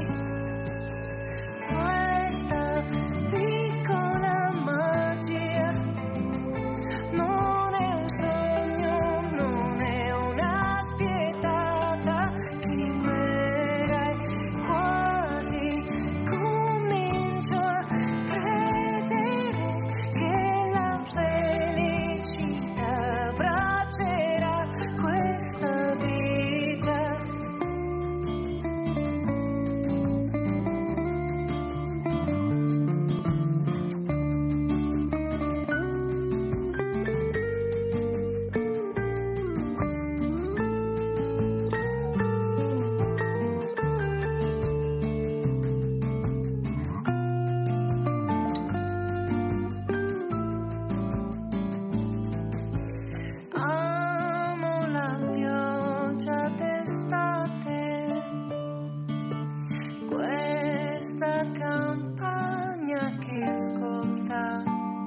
S11: questa piccola magia non è un sogno, non è una spietata chimera, quasi comincio a credere che la felicità abbraccerà questa vita. Amo la pioggia d'estate, questa campagna che ascolta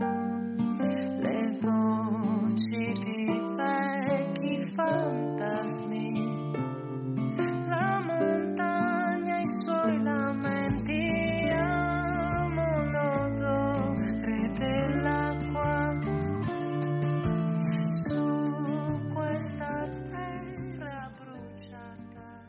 S11: le voci di vecchi fantasmi, la montagna e i suoi lamenti, amo l'odore dell'acqua su questa terra bruciata.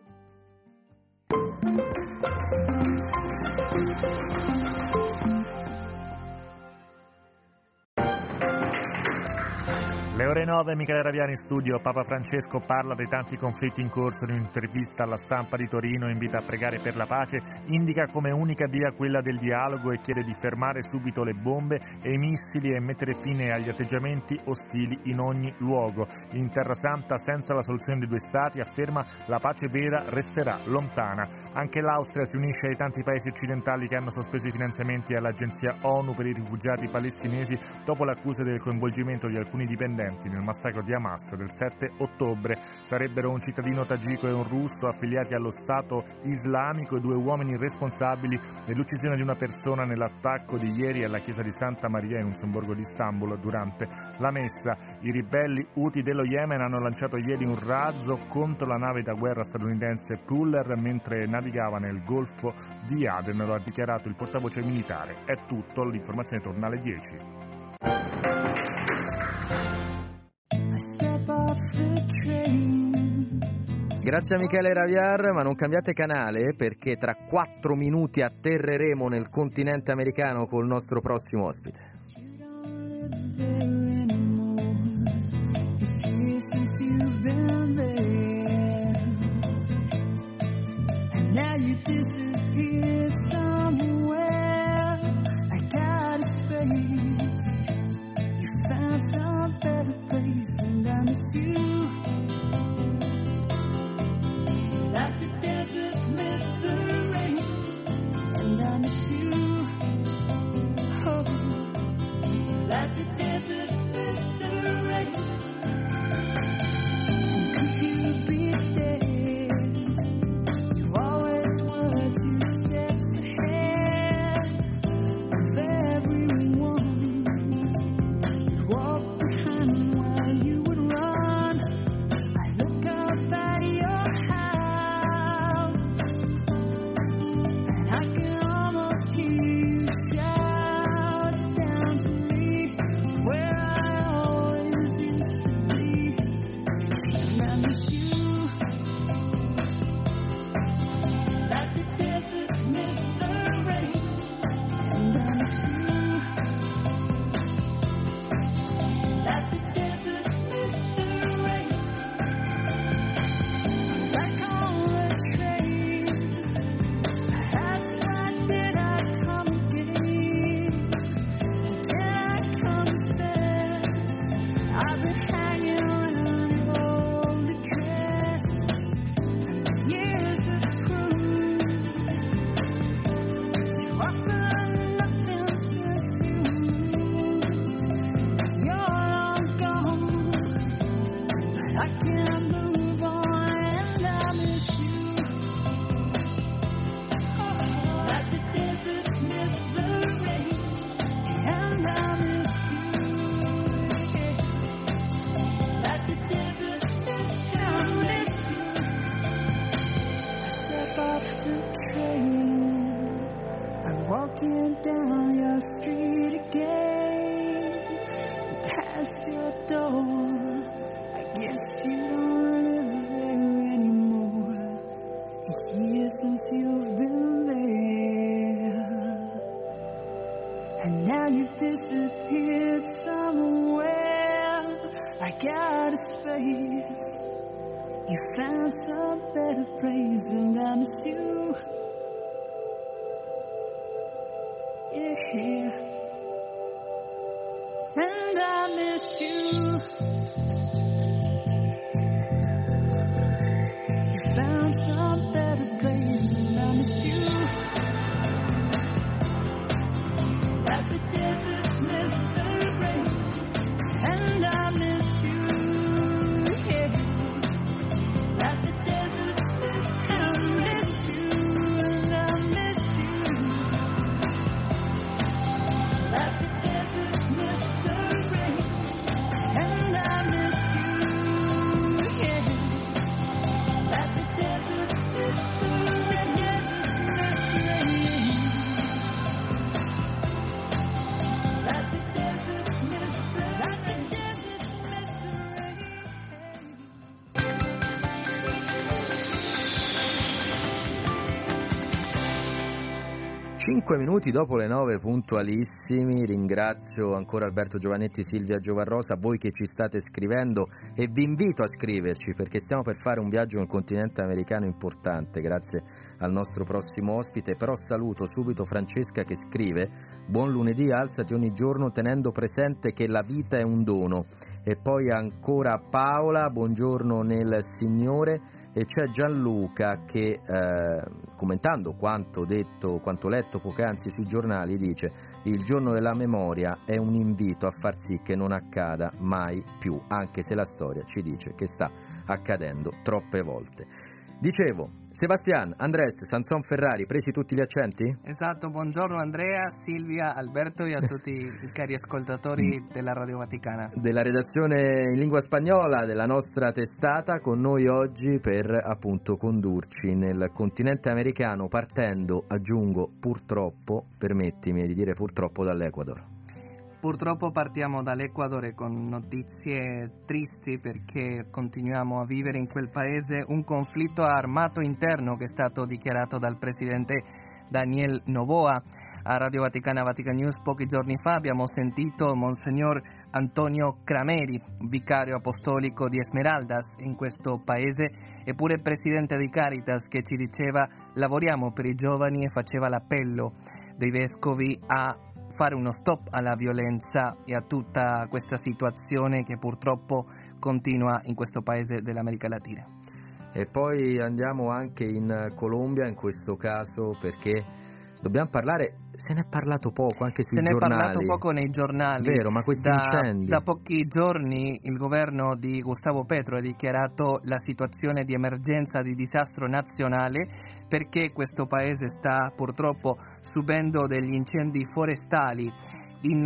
S14: Le ore 9, Michele Raviani in studio. Papa Francesco parla dei tanti conflitti in corso in un'intervista alla stampa di Torino, invita a pregare per la pace, indica come unica via quella del dialogo e chiede di fermare subito le bombe e i missili e mettere fine agli atteggiamenti ostili in ogni luogo. In Terra Santa, senza la soluzione dei 2 stati, afferma, la pace vera resterà lontana. Anche l'Austria si unisce ai tanti paesi occidentali che hanno sospeso i finanziamenti all'agenzia ONU per i rifugiati palestinesi dopo l'accusa del coinvolgimento di alcuni dipendenti nel massacro di Hamas del 7 ottobre. Sarebbero un cittadino tagico e un russo affiliati allo Stato islamico e 2 uomini responsabili dell'uccisione di una persona nell'attacco di ieri alla chiesa di Santa Maria in un sobborgo di Istanbul durante la messa. I ribelli Houthi dello Yemen hanno lanciato ieri un razzo contro la nave da guerra statunitense Puller mentre navigava nel Golfo di Aden, lo ha dichiarato il portavoce militare. È tutto, l'informazione torna alle 10.
S2: Grazie a Michele Raviar, ma non cambiate canale perché tra 4 minuti atterreremo nel continente americano col nostro prossimo ospite.
S11: years since you've been there, and now you disappeared somewhere. I got a space. You found some better place, and I miss you. Like the deserts miss the rain, and I miss you. Oh, like the deserts miss the rain. And could you be there? You always were 2 steps ahead of everyone. You walked behind while you would run. I look up at your house, and I can almost hear you shout down to me where I always used to be. And I miss you, like the deserts miss the rain. And I miss you, like the deserts miss the rain. Like on a train, that's why did I come again? Did I confess I've been hanging around your old address, and the years have proved to offer nothing since you moved. You're long gone, but I can't move on, and I miss you. Like the deserts miss the rain, and I miss you. Like the deserts miss the rain. I step off the train, I'm walking down your street again, past your door. I guess you don't live there anymore. It's years since you've been there, and now you've disappeared somewhere. I got a space. You found some better place, and I miss you. Yeah, and I miss you. You found some better place, and I miss you. Like the deserts miss the rain, and I miss you. Yeah, like the deserts miss the rain, and I miss you. Like the deserts miss the rain, and I miss you. Yeah, like the deserts miss the rain, deserts miss the rain. Like the deserts miss the rain, like the deserts miss the rain.
S2: 5 minuti dopo le 9 puntualissimi, ringrazio ancora Alberto Giovannetti, Silvia Giovarrosa, voi che ci state scrivendo, e vi invito a scriverci perché stiamo per fare un viaggio nel continente americano importante grazie al nostro prossimo ospite. Però saluto subito Francesca che scrive: buon lunedì, alzati ogni giorno tenendo presente che la vita è un dono. E poi ancora Paola, buongiorno nel Signore. E c'è Gianluca che commentando quanto letto poc'anzi sui giornali dice: il giorno della memoria è un invito a far sì che non accada mai più, anche se la storia ci dice che sta accadendo troppe volte. Dicevo, Sebastian, Andrés, Sanson Ferrari, presi tutti gli accenti?
S15: Esatto, buongiorno Andrea, Silvia, Alberto e a tutti i cari ascoltatori della Radio Vaticana.
S2: Della redazione in lingua spagnola della nostra testata, con noi oggi per appunto condurci nel continente americano, partendo, aggiungo purtroppo, permettimi di dire purtroppo, dall'Ecuador.
S15: Purtroppo partiamo dall'Ecuador con notizie tristi perché continuiamo a vivere in quel paese un conflitto armato interno che è stato dichiarato dal presidente Daniel Novoa. A Radio Vaticana Vatican News pochi giorni fa abbiamo sentito Monsignor Antonio Crameri, vicario apostolico di Esmeraldas in questo paese e pure presidente di Caritas, che ci diceva lavoriamo per i giovani e faceva l'appello dei vescovi a fare uno stop alla violenza e a tutta questa situazione che purtroppo continua in questo paese dell'America Latina.
S2: E poi andiamo anche in Colombia in questo caso, perché dobbiamo parlare, se ne è parlato poco anche sui giornali.
S15: Se ne è parlato poco nei giornali.
S2: Vero, ma questi incendi.
S15: Da pochi giorni il governo di Gustavo Petro ha dichiarato la situazione di emergenza, di disastro nazionale, perché questo paese sta purtroppo subendo degli incendi forestali in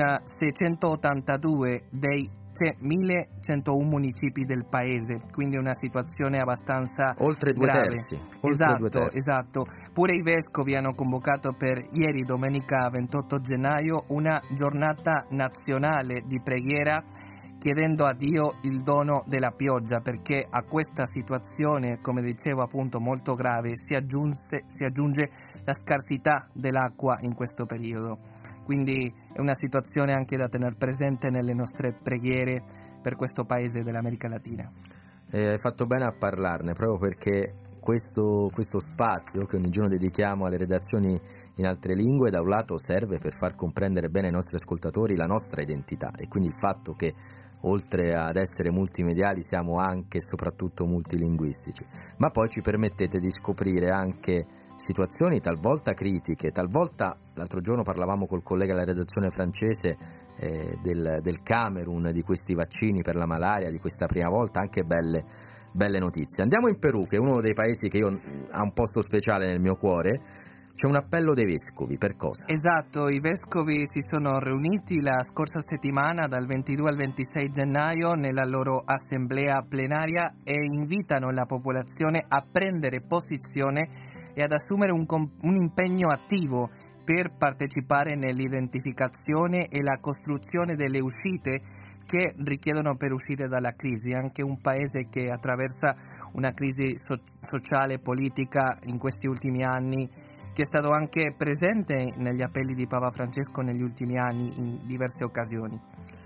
S15: 682 dei 1101 municipi del paese, quindi una situazione abbastanza
S2: oltre due
S15: grave.
S2: terzi.
S15: Esatto. Pure i vescovi hanno convocato per ieri, domenica 28 gennaio, una giornata nazionale di preghiera, chiedendo a Dio il dono della pioggia, perché a questa situazione, come dicevo appunto molto grave, si aggiunge la scarsità dell'acqua in questo periodo. Quindi è una situazione anche da tenere presente nelle nostre preghiere per questo paese dell'America Latina.
S2: Hai fatto bene a parlarne, proprio perché questo spazio che ogni giorno dedichiamo alle redazioni in altre lingue, da un lato serve per far comprendere bene ai nostri ascoltatori la nostra identità, e quindi il fatto che oltre ad essere multimediali siamo anche e soprattutto multilinguistici, ma poi ci permettete di scoprire anche situazioni talvolta critiche, talvolta, l'altro giorno parlavamo col collega della redazione francese del Camerun, di questi vaccini per la malaria, di questa prima volta, anche belle notizie. Andiamo in Perù, che è uno dei paesi che ha un posto speciale nel mio cuore. C'è un appello dei vescovi, per cosa?
S15: Esatto, i vescovi si sono riuniti la scorsa settimana dal 22 al 26 gennaio nella loro assemblea plenaria e invitano la popolazione a prendere posizione e ad assumere un impegno attivo per partecipare nell'identificazione e la costruzione delle uscite che richiedono per uscire dalla crisi. Anche un paese che attraversa una crisi sociale e politica in questi ultimi anni, che è stato anche presente negli appelli di Papa Francesco negli ultimi anni in diverse occasioni.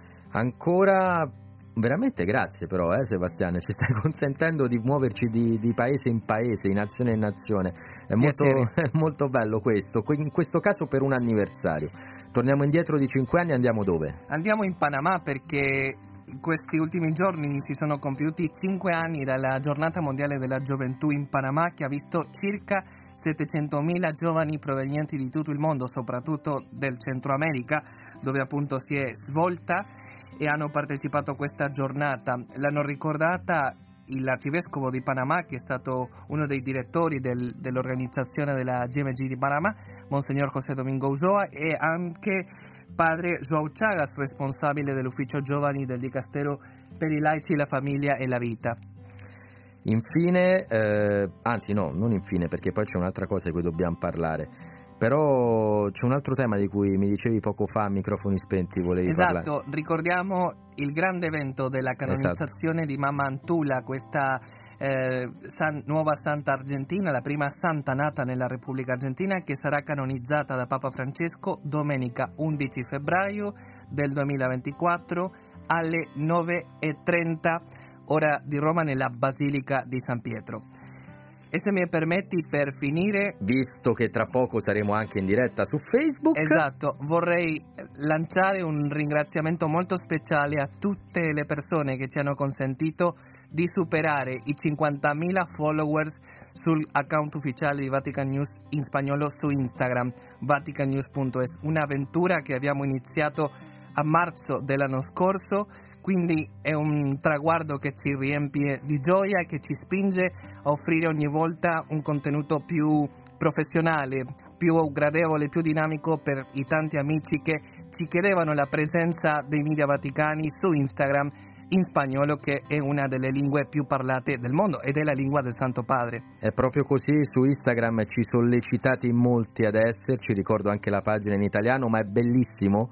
S2: Ancora veramente grazie però Sebastiano, ci stai consentendo di muoverci di paese in paese, di nazione in nazione, è molto bello questo, in questo caso per un anniversario. Torniamo indietro di 5 anni, andiamo dove?
S15: Andiamo in Panama, perché questi ultimi giorni si sono compiuti 5 anni dalla giornata mondiale della gioventù in Panama, che ha visto circa 700.000 giovani provenienti di tutto il mondo, soprattutto del Centro America, dove appunto si è svolta, e hanno partecipato a questa giornata. L'hanno ricordata l'arcivescovo di Panama, che è stato uno dei direttori dell'organizzazione della GMG di Panama, Monsignor José Domingo Ulloa, e anche padre João Chagas, responsabile dell'ufficio giovani del Dicastero per i laici, la famiglia e la vita.
S2: Infine, non infine, perché poi c'è un'altra cosa di cui dobbiamo parlare. Però c'è un altro tema di cui mi dicevi poco fa a microfoni spenti, volevi parlare.
S15: Esatto, ricordiamo il grande evento della canonizzazione di Mamma Antula, questa nuova santa argentina, la prima santa nata nella Repubblica Argentina, che sarà canonizzata da Papa Francesco domenica 11 febbraio del 2024 alle 9:30 ora di Roma, nella Basilica di San Pietro. E se mi permetti, per finire,
S2: visto che tra poco saremo anche in diretta su Facebook,
S15: esatto, vorrei lanciare un ringraziamento molto speciale a tutte le persone che ci hanno consentito di superare i 50.000 followers sull'account ufficiale di Vatican News in spagnolo su Instagram, vaticannews.es, un'avventura che abbiamo iniziato a marzo dell'anno scorso. Quindi è un traguardo che ci riempie di gioia e che ci spinge a offrire ogni volta un contenuto più professionale, più gradevole, più dinamico per i tanti amici che ci chiedevano la presenza dei media vaticani su Instagram in spagnolo, che è una delle lingue più parlate del mondo ed è la lingua del Santo Padre.
S2: È proprio così, su Instagram ci sollecitate in molti ad esserci, ricordo anche la pagina in italiano, ma è bellissimo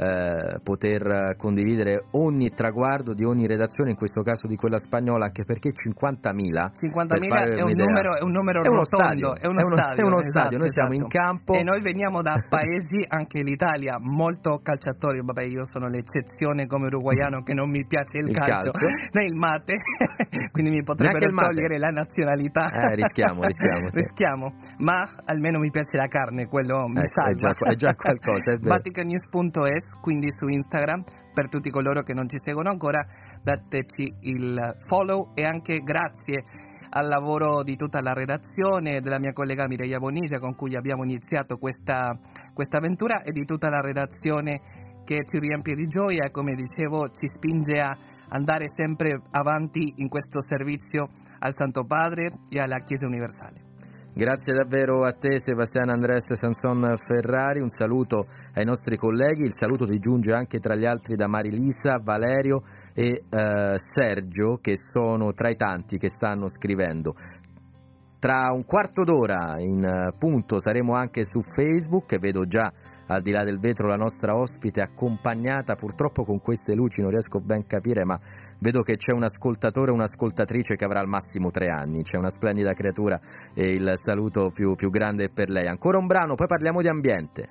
S2: poter condividere ogni traguardo di ogni redazione, in questo caso di quella spagnola, anche perché 50.000
S15: è un numero rotondo, è uno stadio,
S2: noi siamo in campo
S15: e noi veniamo da paesi, anche l'Italia, molto calciatori. Vabbè, io sono l'eccezione come uruguaiano che non mi piace il calcio né il mate quindi mi potrebbero togliere la nazionalità.
S2: Rischiamo,
S15: ma almeno mi piace la carne, quello mi salva.
S2: È già qualcosa, è vero.
S15: VaticanNews.es, quindi su Instagram, per tutti coloro che non ci seguono ancora, dateci il follow, e anche grazie al lavoro di tutta la redazione, della mia collega Mireia Bonisia, con cui abbiamo iniziato questa avventura, e di tutta la redazione che ci riempie di gioia e, come dicevo, ci spinge a andare sempre avanti in questo servizio al Santo Padre e alla Chiesa Universale.
S2: Grazie davvero a te, Sebastiano Andrés Sanson Ferrari, un saluto ai nostri colleghi, il saluto ti giunge anche tra gli altri da Marilisa, Valerio e Sergio, che sono tra i tanti che stanno scrivendo. Tra un quarto d'ora in punto saremo anche su Facebook, e vedo già al di là del vetro la nostra ospite accompagnata, purtroppo con queste luci non riesco ben a capire, ma vedo che c'è un ascoltatore o un'ascoltatrice che avrà al massimo 3 anni, c'è una splendida creatura, e il saluto più grande è per lei. Ancora un brano, poi parliamo di ambiente.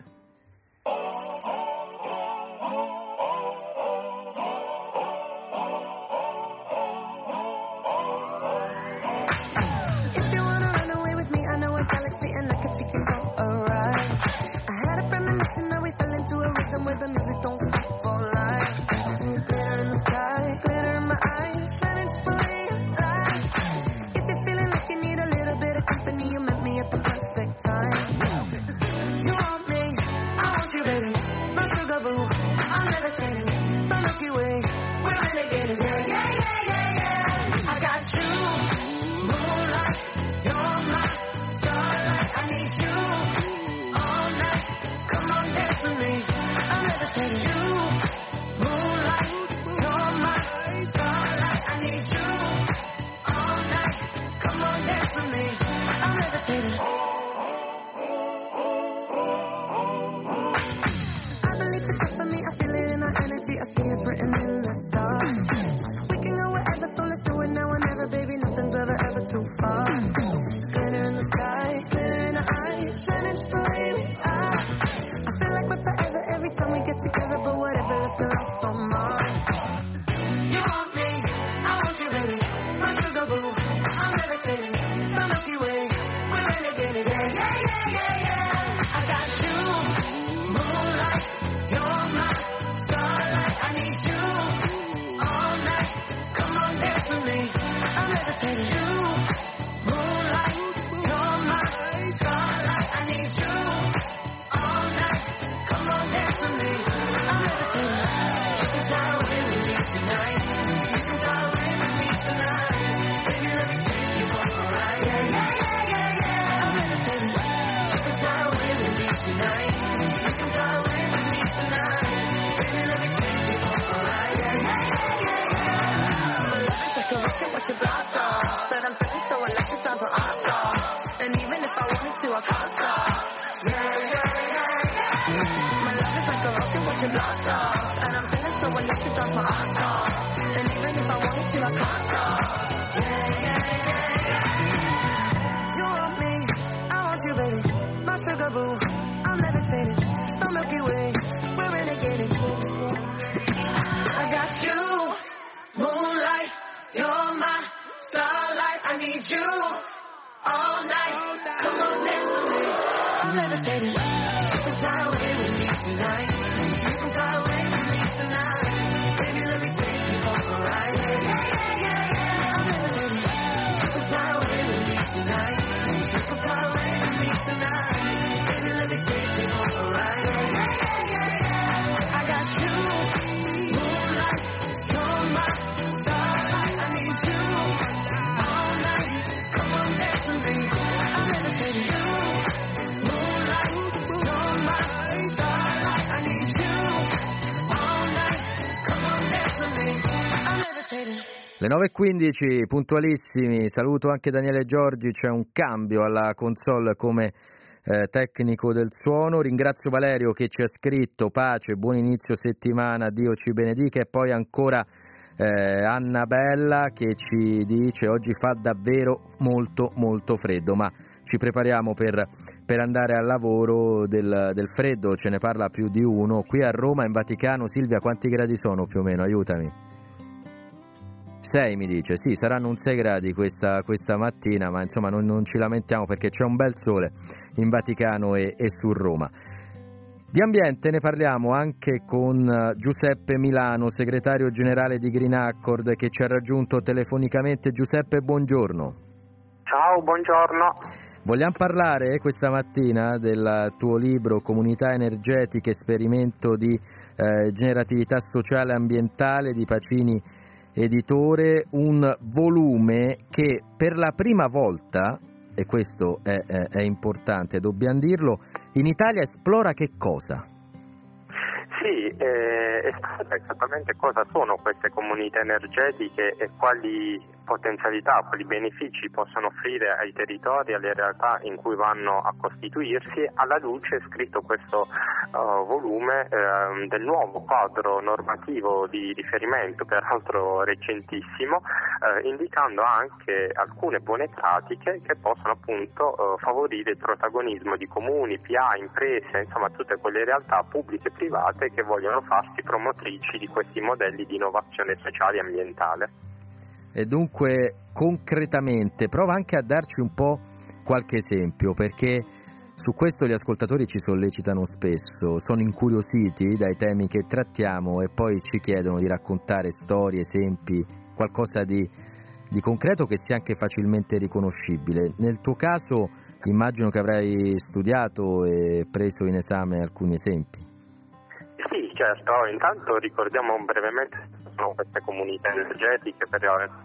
S2: Le 9.15, puntualissimi, saluto anche Daniele Giorgi, c'è un cambio alla console come tecnico del suono. Ringrazio Valerio che ci ha scritto: pace, buon inizio settimana, Dio ci benedica. E poi ancora Annabella che ci dice: oggi fa davvero molto molto freddo, ma ci prepariamo per andare al lavoro. Del freddo ce ne parla più di uno. Qui a Roma, in Vaticano, Silvia, quanti gradi sono più o meno? Aiutami. 6 mi dice, sì, saranno un 6 gradi questa mattina, ma insomma non ci lamentiamo perché c'è un bel sole in Vaticano e su Roma. Di ambiente ne parliamo anche con Giuseppe Milano, segretario generale di Green Accord, che ci ha raggiunto telefonicamente. Giuseppe, buongiorno.
S16: Ciao, buongiorno.
S2: Vogliamo parlare questa mattina del tuo libro Comunità energetiche, esperimento di generatività sociale e ambientale di Pacini Editore, un volume che per la prima volta, e questo è importante, dobbiamo dirlo, in Italia esplora che cosa?
S16: Sì, esplora esattamente cosa sono queste comunità energetiche e quali potenzialità, quali benefici possono offrire ai territori, alle realtà in cui vanno a costituirsi. Alla luce è scritto questo volume del nuovo quadro normativo di riferimento, peraltro recentissimo, indicando anche alcune buone pratiche che possono appunto favorire il protagonismo di comuni, PA, imprese, insomma tutte quelle realtà pubbliche e private che vogliono farsi promotrici di questi modelli di innovazione sociale e ambientale.
S2: E dunque concretamente prova anche a darci un po' qualche esempio, perché su questo gli ascoltatori ci sollecitano spesso, sono incuriositi dai temi che trattiamo e poi ci chiedono di raccontare storie, esempi, qualcosa di concreto che sia anche facilmente riconoscibile. Nel tuo caso immagino che avrai studiato e preso in esame alcuni esempi.
S16: Sì, certo, intanto ricordiamo brevemente queste comunità energetiche per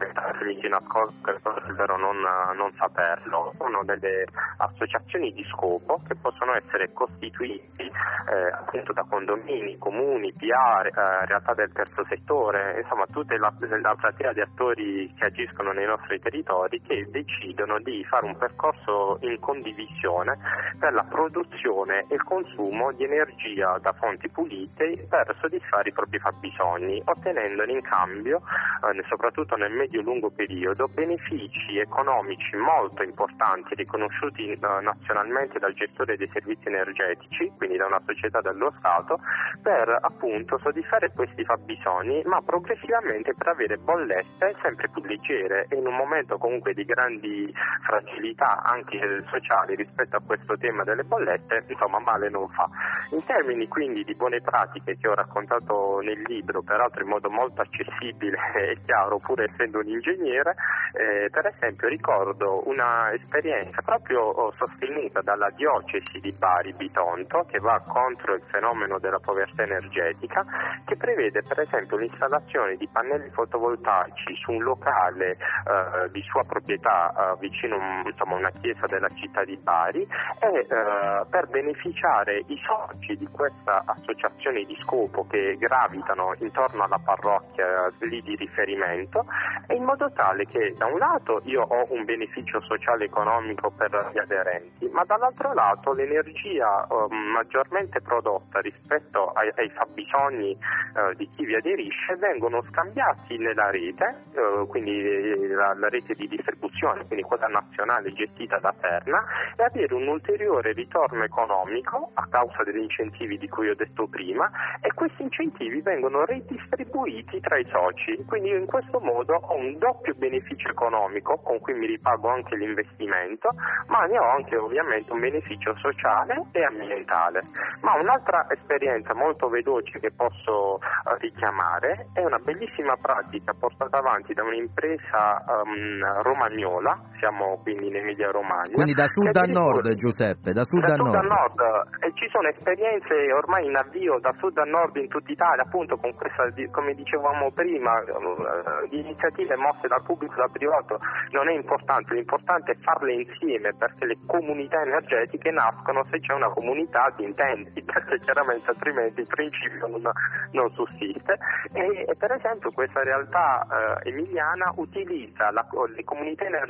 S16: chi nascosto che potrebbero non saperlo. Sono delle associazioni di scopo che possono essere costituiti appunto da condomini, comuni, PA, realtà del terzo settore, insomma tutta la platea di attori che agiscono nei nostri territori, che decidono di fare un percorso in condivisione per la produzione e il consumo di energia da fonti pulite per soddisfare i propri fabbisogni, ottenendo in cambio, soprattutto nel medio-lungo periodo, benefici economici molto importanti riconosciuti nazionalmente dal gestore dei servizi energetici, quindi da una società dello Stato, per appunto soddisfare questi fabbisogni, ma progressivamente per avere bollette sempre più leggere, e in un momento comunque di grandi fragilità anche sociali rispetto a questo tema delle bollette, insomma male non fa. In termini quindi di buone pratiche che ho raccontato nel libro, peraltro in modo molto accessibile e chiaro, pur essendo un ingegnere, per esempio ricordo una esperienza proprio sostenuta dalla diocesi di Bari Bitonto, che va contro il fenomeno della povertà energetica, che prevede per esempio l'installazione di pannelli fotovoltaici su un locale di sua proprietà vicino una chiesa della città di Bari, e per beneficiare i soci di questa associazione di scopo che gravitano intorno alla parrocchia lì di riferimento, e in modo tale che da un lato io ho un beneficio sociale e economico per gli aderenti, ma dall'altro lato l'energia maggiormente prodotta rispetto ai fabbisogni di chi vi aderisce vengono scambiati nella rete, quindi la rete di distribuzione, quindi quella nazionale gestita da Terna, e avere un ulteriore ritorno economico a causa degli incentivi di cui ho detto prima, e questi incentivi vengono redistribuiti tra i soci, quindi io in questo modo ho un doppio beneficio economico con cui mi ripago anche l'investimento, ma ne ho anche ovviamente un beneficio sociale e ambientale. Ma un'altra esperienza molto veloce che posso richiamare è una bellissima pratica portata avanti da un'impresa romagnola, siamo quindi in Emilia Romagna.
S2: Quindi da sud a nord, Giuseppe, da sud a nord.
S16: E ci sono esperienze ormai in avvio da sud a nord in tutta Italia, appunto con questa, come dicevamo prima, di iniziative mosse dal pubblico e dal privato non è importante, l'importante è farle insieme, perché le comunità energetiche nascono se c'è una comunità di intenti, perché chiaramente altrimenti il principio non sussiste. E per esempio questa realtà emiliana utilizza le comunità energetiche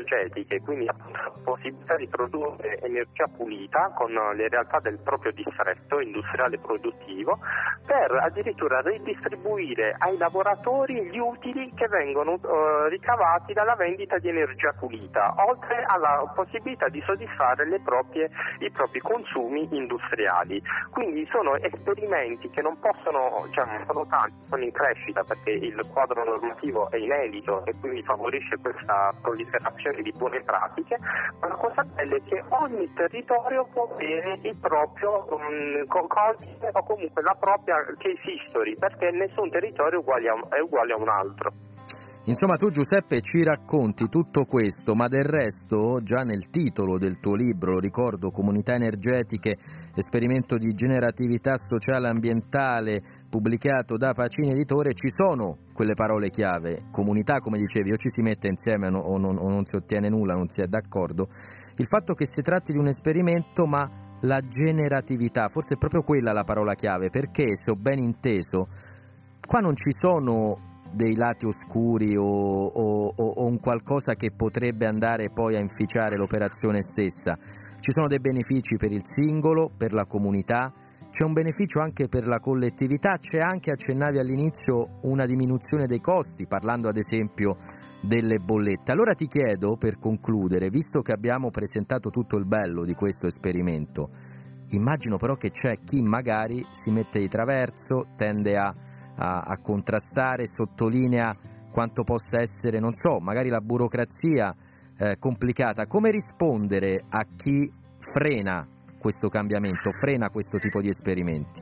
S16: energetiche, quindi la possibilità di produrre energia pulita con le realtà del proprio distretto industriale produttivo, per addirittura ridistribuire ai lavoratori gli utili che vengono ricavati dalla vendita di energia pulita, oltre alla possibilità di soddisfare i propri consumi industriali. Quindi sono esperimenti che non possono, sono tanti, sono in crescita perché il quadro normativo è inedito e quindi favorisce questa proliferazione di buone pratiche, ma la cosa bella è che ogni territorio può avere il proprio codice o comunque la propria case history, perché nessun territorio è uguale a un altro.
S2: Insomma, tu Giuseppe ci racconti tutto questo, ma del resto già nel titolo del tuo libro, lo ricordo, Comunità energetiche, esperimento di generatività sociale ambientale, pubblicato da Pacini Editore, ci sono quelle parole chiave, comunità come dicevi, o ci si mette insieme o non si ottiene nulla, non si è d'accordo. Il fatto che si tratti di un esperimento, ma la generatività, forse è proprio quella la parola chiave, perché se ho ben inteso, qua non ci sono dei lati oscuri o un qualcosa che potrebbe andare poi a inficiare l'operazione stessa. Ci sono dei benefici per il singolo, per la comunità, c'è un beneficio anche per la collettività, c'è anche, accennavi all'inizio, una diminuzione dei costi, parlando ad esempio delle bollette. Allora ti chiedo, per concludere, visto che abbiamo presentato tutto il bello di questo esperimento, immagino però che c'è chi magari si mette di traverso, tende a contrastare, sottolinea quanto possa essere, non so, magari la burocrazia complicata. Come rispondere a chi frena questo cambiamento, frena questo tipo di esperimenti?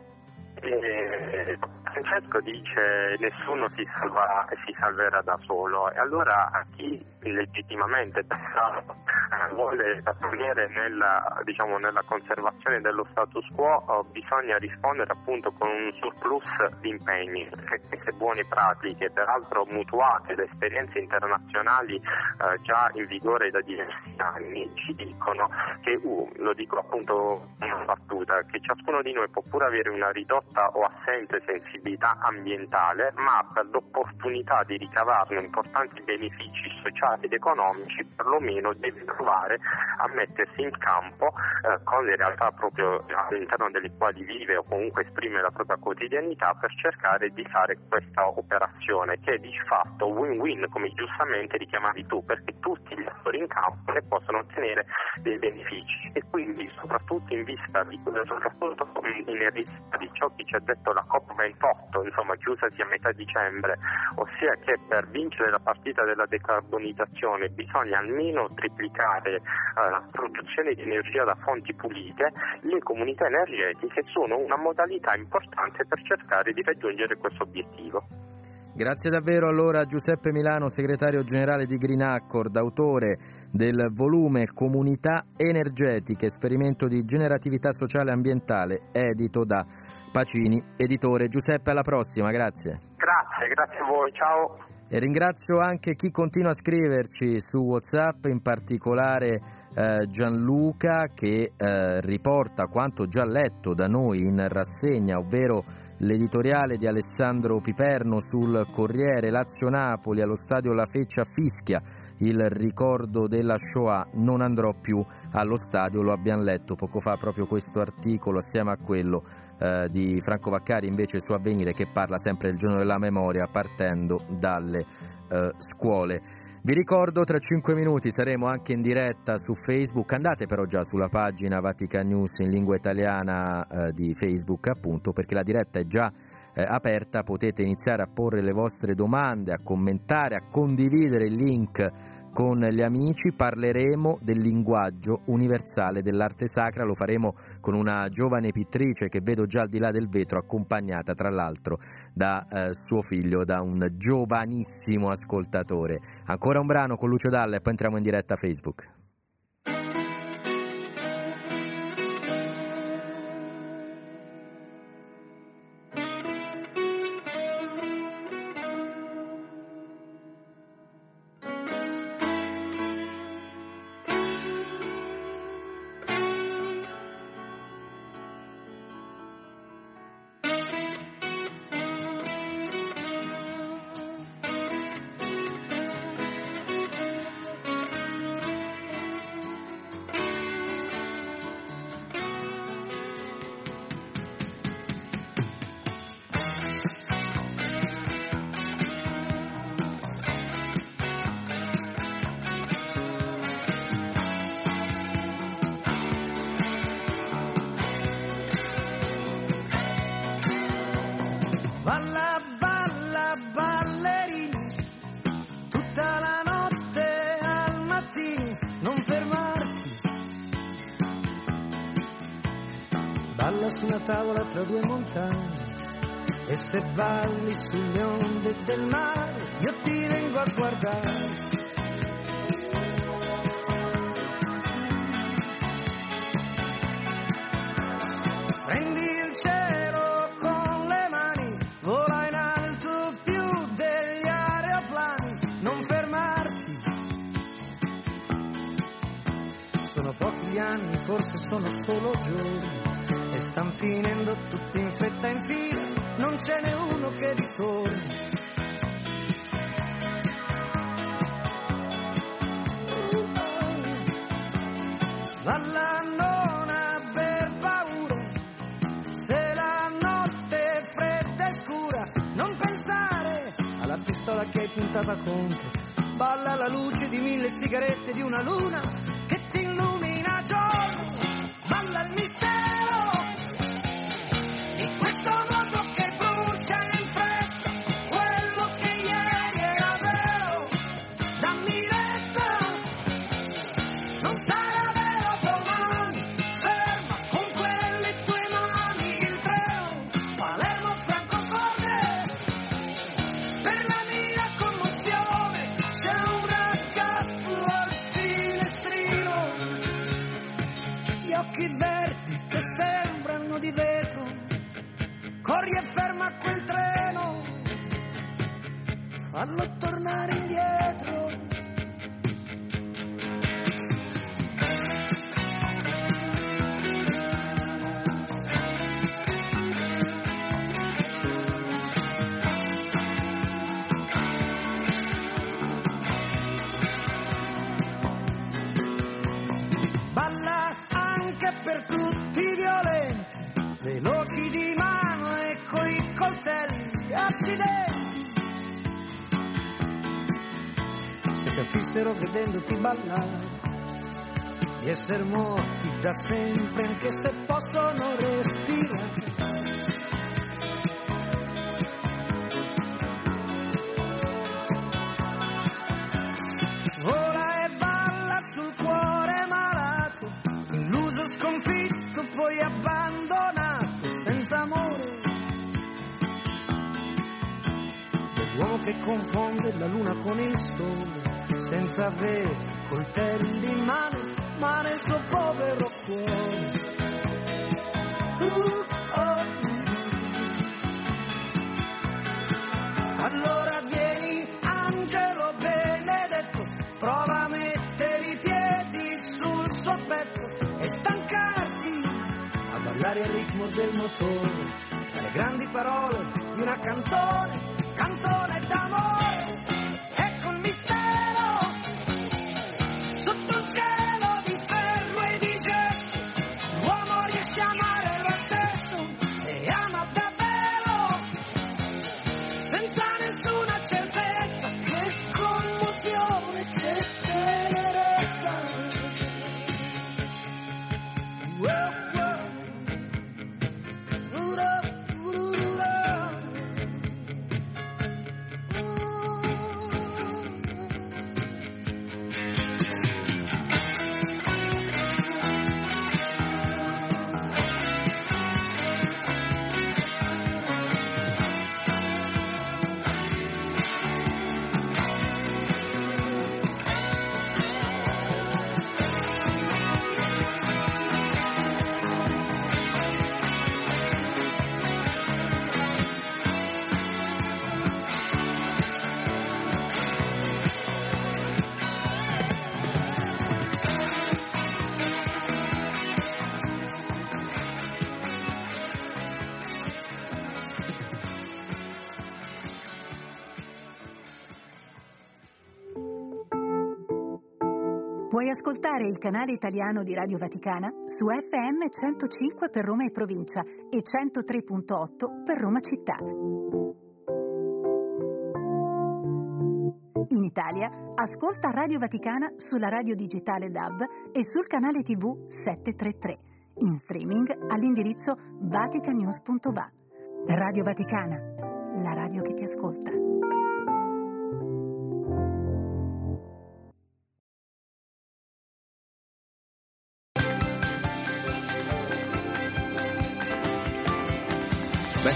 S16: Francesco dice nessuno si salverà da solo, e allora a chi legittimamente vuole rimanere nella conservazione dello status quo bisogna rispondere appunto con un surplus di impegni, perché queste buone pratiche, peraltro mutuate da esperienze internazionali già in vigore da diversi anni, ci dicono che, lo dico appunto in una battuta, che ciascuno di noi può pure avere una ridotta o assente sensibilità ambientale, ma per l'opportunità di ricavarne importanti benefici sociali ed economici perlomeno deve provare a mettersi in campo con le realtà proprio all'interno delle quali vive o comunque esprime la propria quotidianità, per cercare di fare questa operazione che è di fatto win-win, come giustamente richiamavi tu, perché tutti gli attori in campo ne possono ottenere dei benefici. E quindi soprattutto in vista di ciò che ci ha detto la COP28, insomma chiusasi a metà dicembre, ossia che per vincere la partita della decarbonizzazione bisogna almeno triplicare la produzione di energia da fonti pulite, le comunità energetiche sono una modalità importante per cercare di raggiungere questo obiettivo.
S2: Grazie davvero allora a Giuseppe Milano, segretario generale di Green Accord, autore del volume Comunità energetiche, esperimento di generatività sociale e ambientale, edito da Pacini Editore. Giuseppe, alla prossima, grazie.
S16: Grazie a voi, ciao.
S2: E ringrazio anche chi continua a scriverci su WhatsApp, in particolare Gianluca, che riporta quanto già letto da noi in rassegna, ovvero l'editoriale di Alessandro Piperno sul Corriere Lazio-Napoli, allo stadio La Feccia fischia il ricordo della Shoah, non andrò più allo stadio. Lo abbiamo letto poco fa proprio questo articolo assieme a quello di Franco Vaccari invece su Avvenire, che parla sempre del giorno della memoria partendo dalle scuole. Vi ricordo, tra 5 minuti saremo anche in diretta su Facebook, andate però già sulla pagina Vatican News in lingua italiana di Facebook, appunto, perché la diretta è già aperta, potete iniziare a porre le vostre domande, a commentare, a condividere il link con gli amici. Parleremo del linguaggio universale dell'arte sacra, lo faremo con una giovane pittrice che vedo già al di là del vetro, accompagnata tra l'altro da suo figlio, da un giovanissimo ascoltatore. Ancora un brano con Lucio Dalla e poi entriamo in diretta a Facebook.
S17: una tavola tra due montagne, e se balli sulle onde del mare io ti vengo a guardare. Prendi il cielo con le mani, vola in alto più degli aeroplani, non fermarti. Sono pochi gli anni, forse sono solo giorni, e stan finendo tutti in fretta in fila, non ce n'è uno che ritorni. Valla, non aver paura, se la notte è fredda e scura, non pensare alla pistola che hai puntata contro, balla alla luce di 1000 sigarette di una luna che ti illumina a giorno, balla il mistero di questo mondo che brucia in fretta, quello che ieri era vero, dammi retta, non sarà vero domani, ferma con quelle tue mani il treno, Palermo Francoforte, per la mia commozione c'è un ragazzo al finestrino, gli occhi verdi che sembrano di vetro, corri e ferma quel treno, fallo tornare indietro. Balla anche per tutti i violenti, veloci di mano e coi coltelli, accidenti. Se capissero vedendoti ballare di essere morti da sempre, anche se possono respirare. Vola e balla sul cuore malato, illuso, sconfitto, poi abbandonato, senza amore. Dell'uomo che confonde la luna con il sole, senza avere coltelli in mano, ma nel suo povero cuore. Allora vieni, angelo benedetto, prova a mettere i piedi sul suo petto e stancarti a ballare al ritmo del motore, alle grandi parole di una canzone, canzone d'amore. Ecco il mistero sotto un cielo di ferro e di gesso, l'uomo riesce a amare lo stesso e ama davvero, senza nessuna certezza, che commozione, che tenerezza. Wow, wow. Ura, ura,
S18: Puoi ascoltare il canale italiano di Radio Vaticana su FM 105 per Roma e provincia e 103.8 per Roma città. In Italia, ascolta Radio Vaticana sulla radio digitale DAB e sul canale TV 733, in streaming all'indirizzo vaticanews.va. Radio Vaticana, la radio che ti ascolta.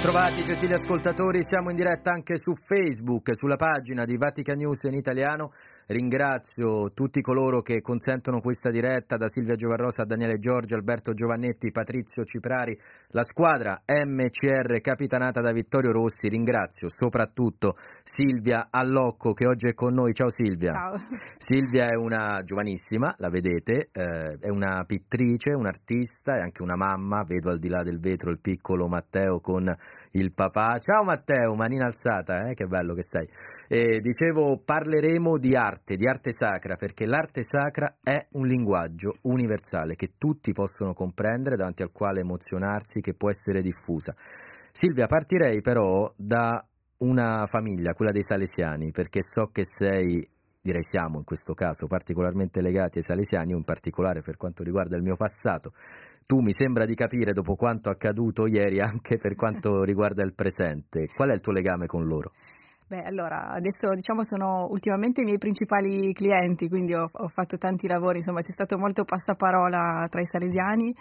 S2: Bentrovati gentili ascoltatori, siamo in diretta anche su Facebook, sulla pagina di Vatican News in italiano. Ringrazio tutti coloro che consentono questa diretta, da Silvia Giovarrosa a Daniele Giorgi, Alberto Giovannetti, Patrizio Ciprari, la squadra MCR capitanata da Vittorio Rossi. Ringrazio soprattutto Silvia Allocco che oggi è con noi. Ciao Silvia.
S19: Ciao.
S2: Silvia è una giovanissima, la vedete, è una pittrice, un'artista, è anche una mamma. Vedo al di là del vetro il piccolo Matteo con il papà. Ciao Matteo, manina alzata, che bello che sei. Dicevo, parleremo di arte sacra, perché l'arte sacra è un linguaggio universale che tutti possono comprendere, davanti al quale emozionarsi, che può essere diffusa. Silvia, partirei però da una famiglia, quella dei Salesiani, perché so che sei, direi siamo in questo caso, particolarmente legati ai Salesiani, in particolare per quanto riguarda il mio passato. Tu mi sembra di capire, dopo quanto accaduto ieri, anche per quanto riguarda il presente. Qual è il tuo legame con loro?
S19: Beh, allora, adesso diciamo sono ultimamente i miei principali clienti, quindi ho fatto tanti lavori, insomma c'è stato molto passaparola tra i salesiani,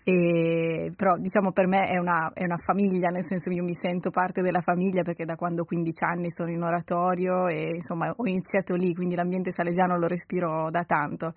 S19: però diciamo per me è una famiglia, nel senso io mi sento parte della famiglia perché da quando ho 15 anni sono in oratorio e insomma ho iniziato lì, quindi l'ambiente salesiano lo respiro da tanto.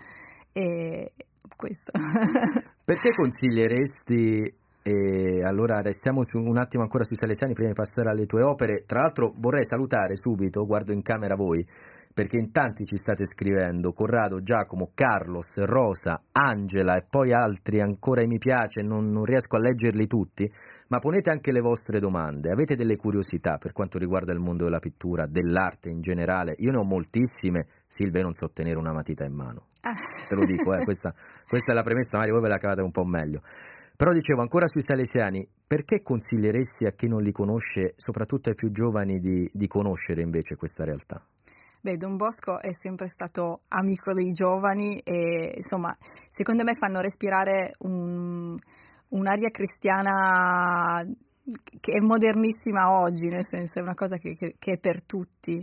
S19: E questo.
S2: Perché consiglieresti, e allora restiamo un attimo ancora sui Salesiani prima di passare alle tue opere. Tra l'altro vorrei salutare subito, guardo in camera voi, perché in tanti ci state scrivendo: Corrado, Giacomo, Carlos, Rosa, Angela e poi altri ancora, mi piace, non riesco a leggerli tutti, ma ponete anche le vostre domande, avete delle curiosità per quanto riguarda il mondo della pittura, dell'arte in generale. Io ne ho moltissime. Silvia, non so tenere una matita in mano, te lo dico, questa è la premessa, magari voi ve la cavate un po' meglio. Però dicevo, ancora sui Salesiani, perché consiglieresti a chi non li conosce, soprattutto ai più giovani, di conoscere invece questa realtà?
S19: Beh, Don Bosco è sempre stato amico dei giovani e insomma, secondo me fanno respirare un'aria cristiana che è modernissima oggi, nel senso è una cosa che è per tutti.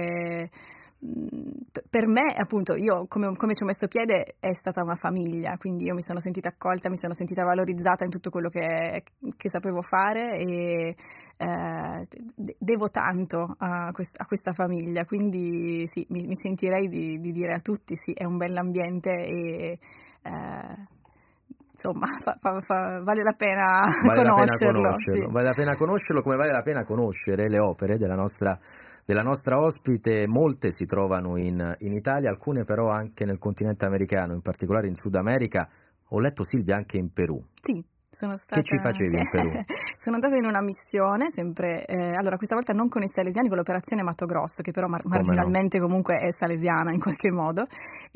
S19: Per me, appunto, io come ci ho messo piede è stata una famiglia, quindi io mi sono sentita accolta, mi sono sentita valorizzata in tutto quello che sapevo fare e devo tanto a questa famiglia, quindi sì, mi sentirei di dire a tutti sì, è un bell'ambiente e insomma vale la pena conoscerlo. Sì.
S2: Vale la pena conoscerlo, come vale la pena conoscere le opere della nostra ospite. Molte si trovano in Italia, alcune però anche nel continente americano, in particolare in Sud America. Ho letto, Silvia, anche in Perù.
S19: Sì, sono stata...
S2: Che ci facevi in Perù?
S19: Sono andata in una missione, sempre, allora questa volta non con i Salesiani, con l'operazione Mato Grosso, che però marginalmente comunque è salesiana in qualche modo.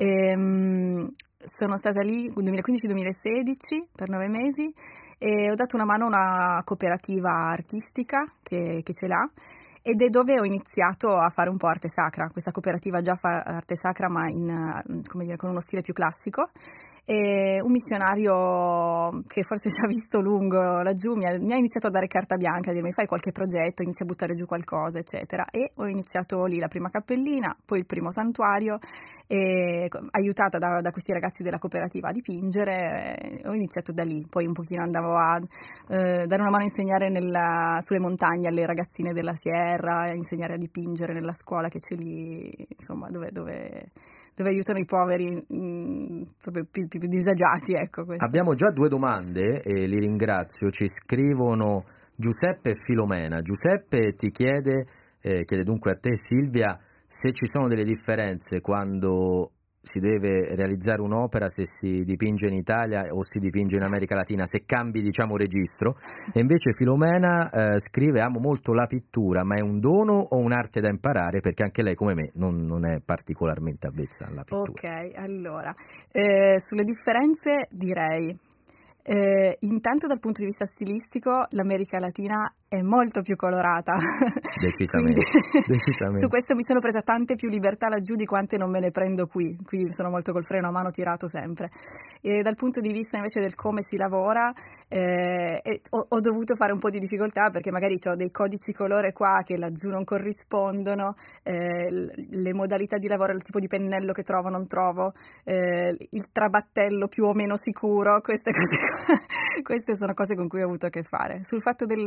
S19: Sono stata lì 2015-2016 per 9 mesi e ho dato una mano a una cooperativa artistica che ce l'ha, ed è dove ho iniziato a fare un po' arte sacra. Questa cooperativa già fa arte sacra, ma con uno stile più classico. E un missionario che forse ci ha visto lungo laggiù mi ha iniziato a dare carta bianca, a dirmi: fai qualche progetto, inizia a buttare giù qualcosa, eccetera. E ho iniziato lì la prima cappellina, poi il primo santuario, e aiutata da questi ragazzi della cooperativa a dipingere. Ho iniziato da lì, poi un pochino andavo a dare una mano a insegnare sulle montagne alle ragazzine della Sierra, a insegnare a dipingere nella scuola che c'è lì, insomma, dove aiutano i poveri proprio più disagiati, ecco. Questo.
S2: Abbiamo già 2 domande e li ringrazio. Ci scrivono Giuseppe e Filomena. Giuseppe ti chiede dunque a te, Silvia, se ci sono delle differenze quando si deve realizzare un'opera, se si dipinge in Italia o si dipinge in America Latina, se cambi registro. E invece Filomena scrive: amo molto la pittura, ma è un dono o un'arte da imparare? Perché anche lei, come me, non è particolarmente avvezza alla pittura.
S19: Ok, allora sulle differenze direi intanto dal punto di vista stilistico l'America Latina è molto più colorata.
S2: Decisamente.
S19: Su questo mi sono presa tante più libertà laggiù di quante non me ne prendo qui sono molto col freno a mano tirato sempre. E dal punto di vista invece del come si lavora ho dovuto fare un po' di difficoltà, perché magari ho dei codici colore qua che laggiù non corrispondono, le modalità di lavoro, il tipo di pennello che trovo non trovo, il trabattello più o meno sicuro, queste sono cose con cui ho avuto a che fare. Sul fatto dell'imparare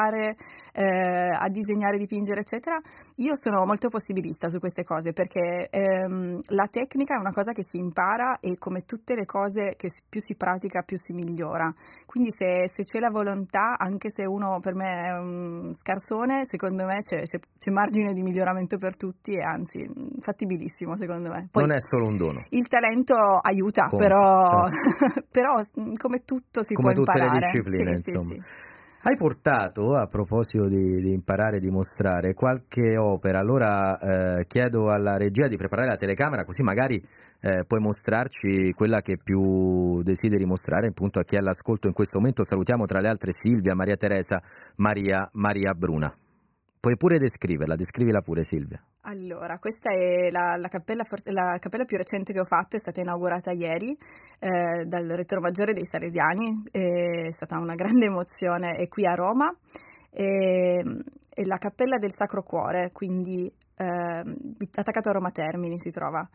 S19: imparare a disegnare, dipingere, eccetera, io sono molto possibilista su queste cose, perché la tecnica è una cosa che si impara e come tutte le cose che più si pratica più si migliora. Quindi se c'è la volontà, anche se uno per me è un scarsone, secondo me c'è margine di miglioramento per tutti e anzi fattibilissimo secondo me. Poi,
S2: non è solo un dono.
S19: Il talento aiuta,
S2: Conta,
S19: però,
S2: certo.
S19: però come tutto si
S2: come
S19: può imparare.
S2: Come tutte le discipline,
S19: sì,
S2: insomma.
S19: Sì.
S2: Hai portato, a proposito di imparare e di mostrare, qualche opera. Allora chiedo alla regia di preparare la telecamera, così magari puoi mostrarci quella che più desideri mostrare appunto a chi è all'ascolto in questo momento. Salutiamo tra le altre Silvia, Maria Teresa, Maria Bruna. Puoi pure descrivila pure, Silvia.
S19: Allora, questa è la cappella più recente che ho fatto, è stata inaugurata ieri dal Rettore Maggiore dei Salesiani, è stata una grande emozione, è qui a Roma, è la Cappella del Sacro Cuore, quindi attaccato a Roma Termini si trova.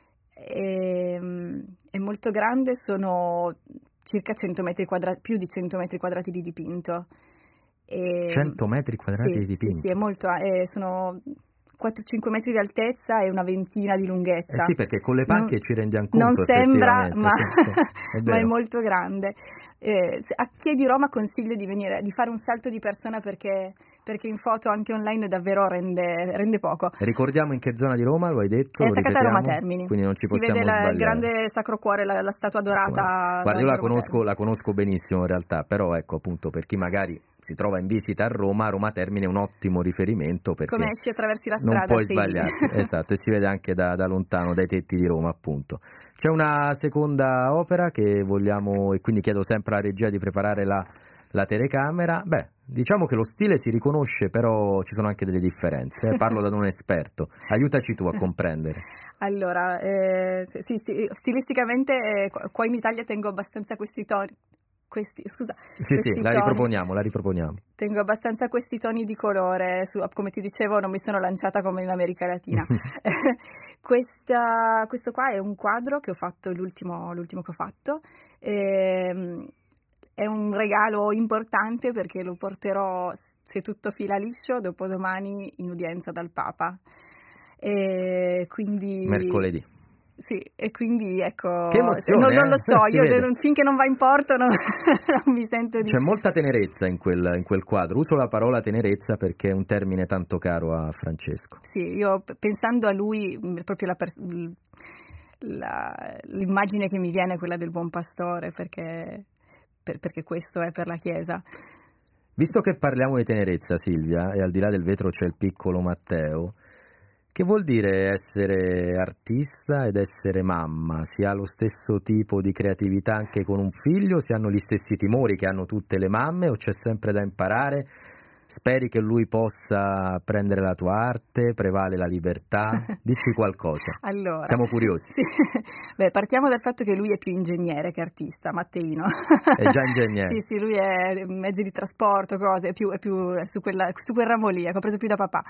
S19: È molto grande, sono circa 100 metri quadrati, più di 100 metri quadrati di dipinto.
S2: 100 metri quadrati di dipinto?
S19: Sì, è molto, sono 4-5 metri di altezza e una ventina di lunghezza.
S2: Sì, perché con le panche ci rendiamo conto.
S19: Non sembra, ma
S2: è,
S19: ma è molto grande. A chi è di Roma consiglio di fare un salto di persona perché in foto anche online davvero rende poco.
S2: Ricordiamo in che zona di Roma, lo hai detto?
S19: È attaccata a Roma Termini.
S2: Quindi non ci possiamo
S19: vede
S2: sbagliare.
S19: Il grande Sacro Cuore, la statua dorata.
S2: Guarda, io la conosco benissimo in realtà, però ecco appunto per chi magari si trova in visita a Roma Termini è un ottimo riferimento perché
S19: come esci attraversi la strada
S2: non puoi sbagliarti, esatto, e si vede anche da lontano, dai tetti di Roma appunto. C'è una seconda opera che vogliamo, e quindi chiedo sempre alla regia di preparare la telecamera. Diciamo che lo stile si riconosce, però ci sono anche delle differenze, parlo da non esperto, aiutaci tu a comprendere.
S19: Allora, stilisticamente qua in Italia tengo abbastanza questi toni.
S2: La riproponiamo. Tengo
S19: abbastanza questi toni di colore, come ti dicevo non mi sono lanciata come in America Latina. Questo qua è un quadro che ho fatto, l'ultimo che ho fatto, è un regalo importante perché lo porterò, se tutto fila liscio, dopodomani in udienza dal Papa. Quindi
S2: mercoledì.
S19: Sì, e quindi ecco,
S2: che emozione,
S19: non lo so, io finché non va in porto non mi sento di...
S2: C'è molta tenerezza in quel quadro, uso la parola tenerezza perché è un termine tanto caro a Francesco.
S19: Sì, io pensando a lui, proprio l'immagine che mi viene è quella del buon pastore, perché questo è per la Chiesa.
S2: Visto che parliamo di tenerezza, Silvia, e al di là del vetro c'è il piccolo Matteo, che vuol dire essere artista ed essere mamma? Si ha lo stesso tipo di creatività anche con un figlio? Si hanno gli stessi timori che hanno tutte le mamme o c'è sempre da imparare? Speri che lui possa prendere la tua arte? Prevale la libertà? Dici qualcosa.
S19: Allora,
S2: siamo curiosi.
S19: Sì. Partiamo dal fatto che lui è più ingegnere che artista, Matteino.
S2: È già ingegnere.
S19: Sì, lui è mezzi di trasporto, cose, è più su quel ramo lì, ho preso più da papà.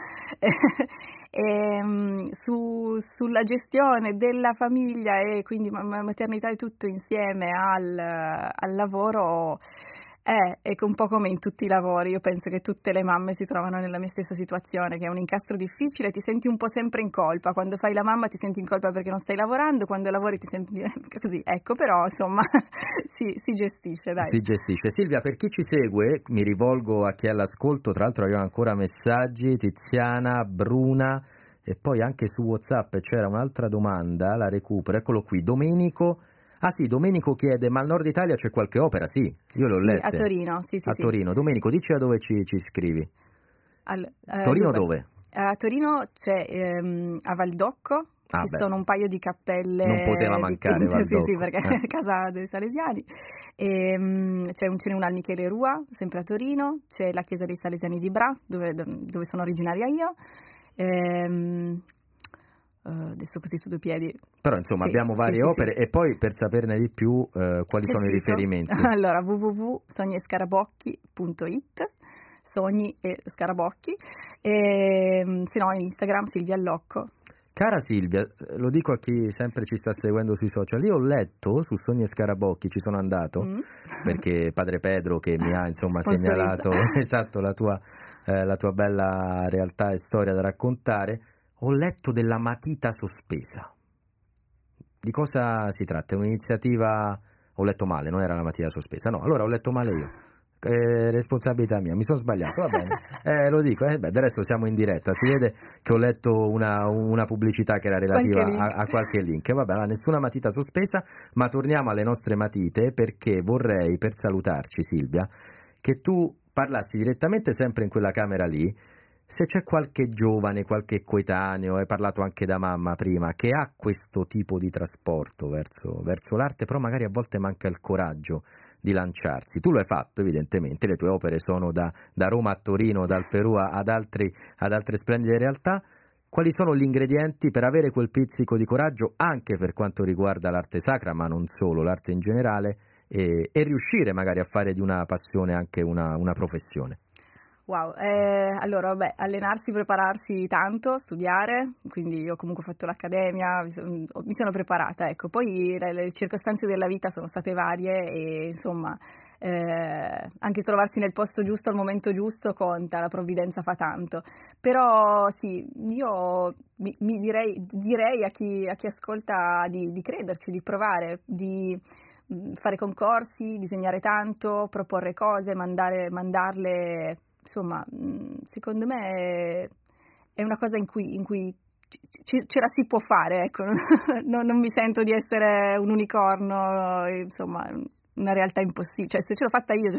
S19: Sulla gestione della famiglia e quindi maternità e tutto insieme al lavoro. È un po' come in tutti i lavori, io penso che tutte le mamme si trovano nella mia stessa situazione, che è un incastro difficile, ti senti un po' sempre in colpa, quando fai la mamma ti senti in colpa perché non stai lavorando, quando lavori ti senti così, ecco, però insomma si gestisce, dai.
S2: Si gestisce. Silvia, per chi ci segue, mi rivolgo a chi è all'ascolto, tra l'altro arrivano ancora messaggi, Tiziana, Bruna, e poi anche su WhatsApp c'era un'altra domanda, la recupero, eccolo qui, Domenico. Ah sì, Domenico chiede, ma al nord Italia c'è qualche opera? Sì, io l'ho letta.
S19: A Torino, sì.
S2: A Torino. Domenico, dici da dove ci scrivi. Torino dove?
S19: A Torino c'è a Valdocco, sono un paio di cappelle.
S2: Non poteva mancare Valdocco.
S19: Sì, perché è casa dei Salesiani. Ce n'è una al Michele Rua, sempre a Torino, c'è la chiesa dei Salesiani di Bra, dove sono originaria io. Adesso così su due piedi.
S2: Però insomma abbiamo varie opere. E poi per saperne di più quali sono i riferimenti?
S19: Allora www.sogniescarabocchi.it, Sogni e Scarabocchi, e se no Instagram Silvia Allocco.
S2: Cara Silvia, lo dico a chi sempre ci sta seguendo sui social, io ho letto su Sogni e Scarabocchi, ci sono andato, perché padre Pedro che mi ha insomma segnalato esatto la tua bella realtà e storia da raccontare, ho letto della matita sospesa. Di cosa si tratta? È un'iniziativa, ho letto male, non era la matita sospesa, no, allora ho letto male io. Responsabilità mia, mi sono sbagliato, va bene, lo dico, del resto siamo in diretta, si vede che ho letto una pubblicità che era relativa a qualche link, vabbè, allora, nessuna matita sospesa, ma torniamo alle nostre matite, perché vorrei, per salutarci Silvia, che tu parlassi direttamente sempre in quella camera lì, se c'è qualche giovane, qualche coetaneo, hai parlato anche da mamma prima, che ha questo tipo di trasporto verso l'arte, però magari a volte manca il coraggio di lanciarsi. Tu lo hai fatto evidentemente, le tue opere sono da Roma a Torino, dal Perù ad altre splendide realtà. Quali sono gli ingredienti per avere quel pizzico di coraggio anche per quanto riguarda l'arte sacra, ma non solo, l'arte in generale, e riuscire magari a fare di una passione anche una professione?
S19: Wow, allora vabbè, allenarsi, prepararsi tanto, studiare, quindi io comunque ho fatto l'accademia, mi sono preparata, ecco, poi le circostanze della vita sono state varie e insomma anche trovarsi nel posto giusto al momento giusto conta, la provvidenza fa tanto, però sì, io mi direi a chi ascolta di crederci, di provare, di fare concorsi, disegnare tanto, proporre cose, mandarle. Insomma, secondo me è una cosa in cui ce la si può fare, ecco. Non mi sento di essere un unicorno, insomma, una realtà impossibile, cioè se ce l'ho fatta io.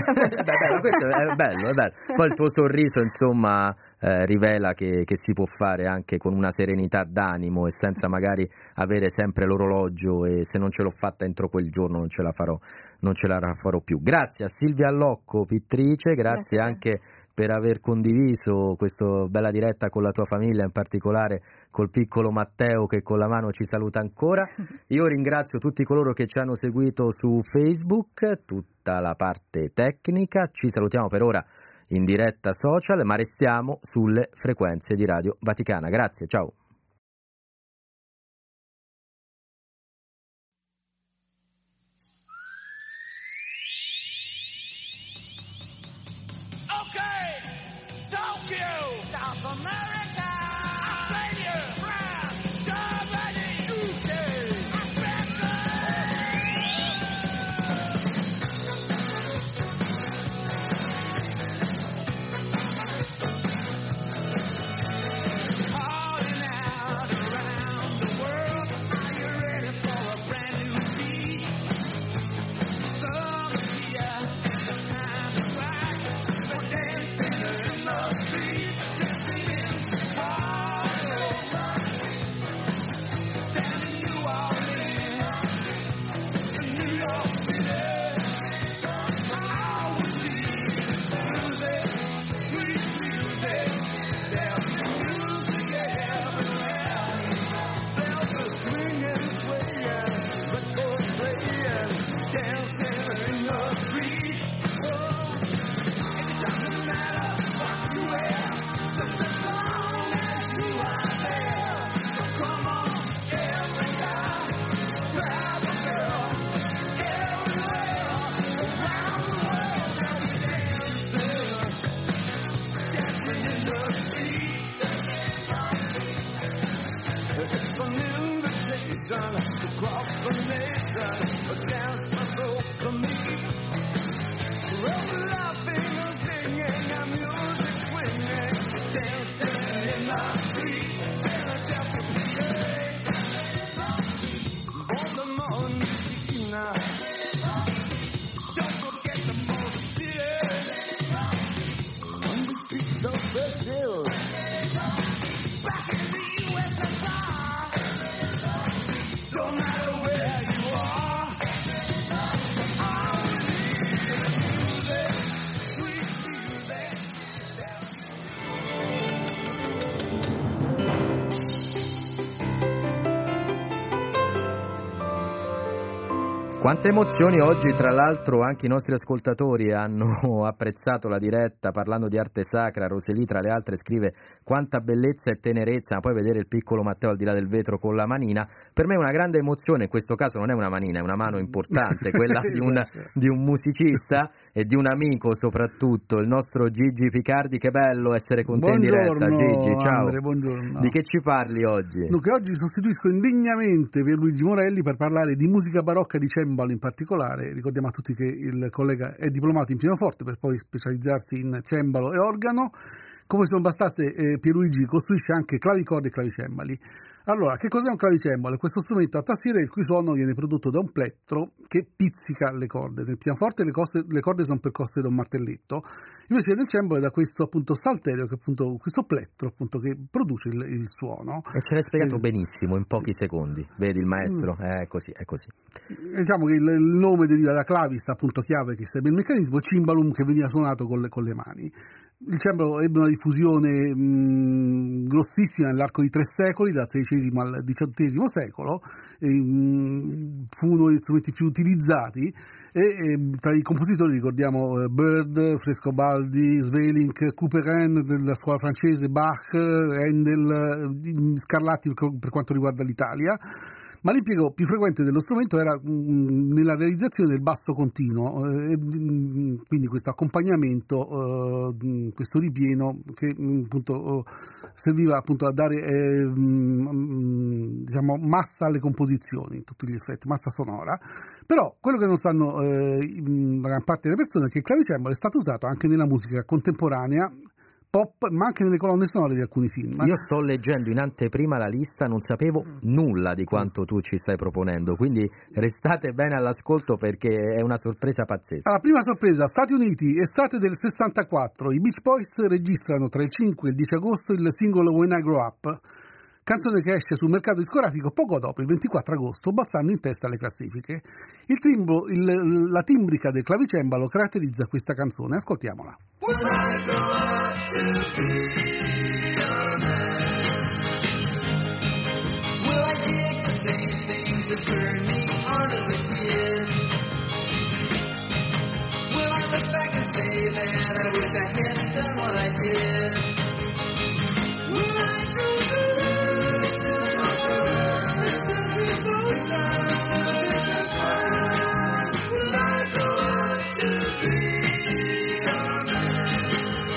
S2: Questo è bello. Poi il tuo sorriso, insomma, rivela che si può fare anche con una serenità d'animo e senza magari avere sempre l'orologio, e se non ce l'ho fatta entro quel giorno non ce la farò più. Grazie a Silvia Allocco, pittrice, grazie anche per aver condiviso questa bella diretta con la tua famiglia, in particolare col piccolo Matteo che con la mano ci saluta ancora. Io ringrazio tutti coloro che ci hanno seguito su Facebook, tutta la parte tecnica, ci salutiamo per ora in diretta social, ma restiamo sulle frequenze di Radio Vaticana. Grazie, ciao.
S11: Tokyo, South America, Australia, France, Germany, UK, Africa. Calling
S2: Quante emozioni oggi, tra l'altro anche i nostri ascoltatori hanno apprezzato la diretta parlando di arte sacra. Roseli tra le altre scrive: quanta bellezza e tenerezza, ma poi vedere il piccolo Matteo al di là del vetro con la manina, per me è una grande emozione. In questo caso non è una manina, è una mano importante, quella di un musicista e di un amico soprattutto, il nostro Gigi Picardi. Che bello essere con te in diretta, Gigi, ciao.
S20: Andre, buongiorno.
S2: Di che ci parli oggi?
S20: Dunque, oggi sostituisco indegnamente Pierluigi Morelli per parlare di musica barocca di cembalo in particolare. Ricordiamo a tutti che il collega è diplomato in pianoforte per poi specializzarsi in cembalo e organo. Come se non bastasse, Pierluigi costruisce anche clavicorde e clavicembali. Allora, che cos'è un clavicembalo? È questo strumento a tastiere il cui suono viene prodotto da un plettro che pizzica le corde. Nel pianoforte le corde sono percosse da un martelletto, invece nel cembalo è da questo appunto salterio, che appunto questo plettro appunto che produce il suono.
S2: E ce l'hai spiegato benissimo in pochi secondi, vedi il maestro? È così.
S20: Diciamo che il nome deriva da clavis, appunto chiave, che serve il meccanismo, e cimbalum, che veniva suonato con le mani. Il cembalo ebbe una diffusione grossissima nell'arco di 3 secoli, dal XVI al XVIII secolo, fu uno degli strumenti più utilizzati, e tra i compositori ricordiamo Bird, Frescobaldi, Sweelinck, Couperin della scuola francese, Bach, Handel, Scarlatti per quanto riguarda l'Italia. Ma l'impiego più frequente dello strumento era nella realizzazione del basso continuo, quindi questo accompagnamento, questo ripieno che appunto serviva appunto a dare diciamo massa alle composizioni, in tutti gli effetti, massa sonora. Però quello che non sanno la gran parte delle persone è che il clavicembalo è stato usato anche nella musica contemporanea, pop, ma anche nelle colonne sonore di alcuni film.
S2: Io sto leggendo in anteprima la lista, non sapevo nulla di quanto tu ci stai proponendo, quindi restate bene all'ascolto perché è una sorpresa pazzesca.
S20: Allora, prima sorpresa, Stati Uniti, estate del 64, i Beach Boys registrano tra il 5 e il 10 agosto il singolo When I Grow Up, canzone che esce sul mercato discografico poco dopo, il 24 agosto, balzando in testa alle classifiche. La timbrica del clavicembalo caratterizza questa canzone, ascoltiamola.
S11: When I grow up to be a man, will I dig the same things that turned me on as a kid? Will I look back and say, man, I wish I hadn't done what I did? Will I do the will I grow up to be a man?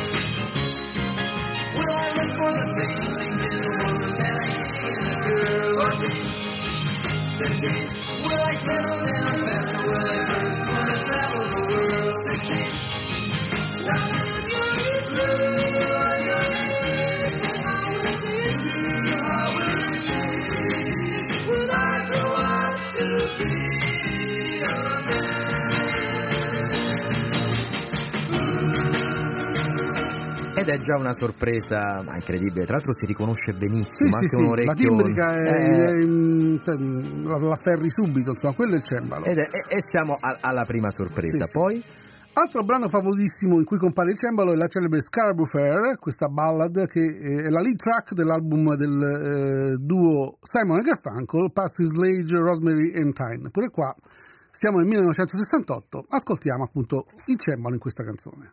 S11: Will I look for the same things in a woman that I see in a girl or two? 15. Will I settle down fast or will I first want to travel the world? 16. Something young and blue on your name. How will it be? How will it be? Will I grow up to be a man?
S2: Ed è già una sorpresa incredibile, tra l'altro si riconosce benissimo,
S20: sì,
S2: anche un orecchio.
S20: La timbrica la ferri subito, insomma, quello è il cembalo.
S2: E siamo alla prima sorpresa,
S20: Sì.
S2: poi?
S20: Altro brano favoritissimo in cui compare il cembalo è la celebre Scarborough Fair, questa ballad che è la lead track dell'album del duo Simon & Garfunkel, Patsy Sledge, Rosemary and Thyme. Pure qua siamo nel 1968, ascoltiamo appunto il cembalo in questa canzone.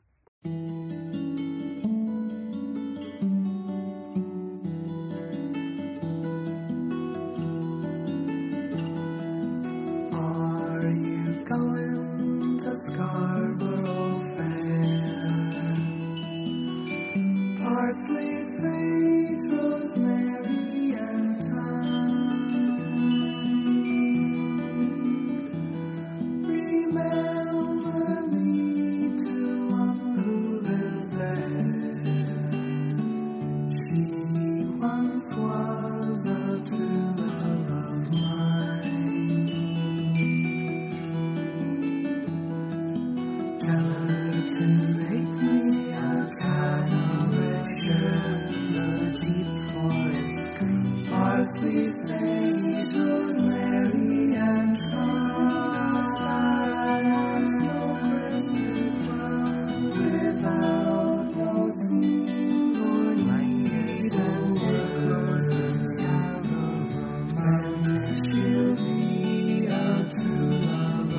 S11: Are you going to Scarborough Fair? Parsley, sage, rosemary, and thyme. Remember me to one who lives there. She once was a true love of mine. Tell her to make me a red shirt, a deep forest green, parsley, sage, rosemary, and thyme, snow-crested brown, without no seam or needs, and roses out of the mountain. She'll be a true love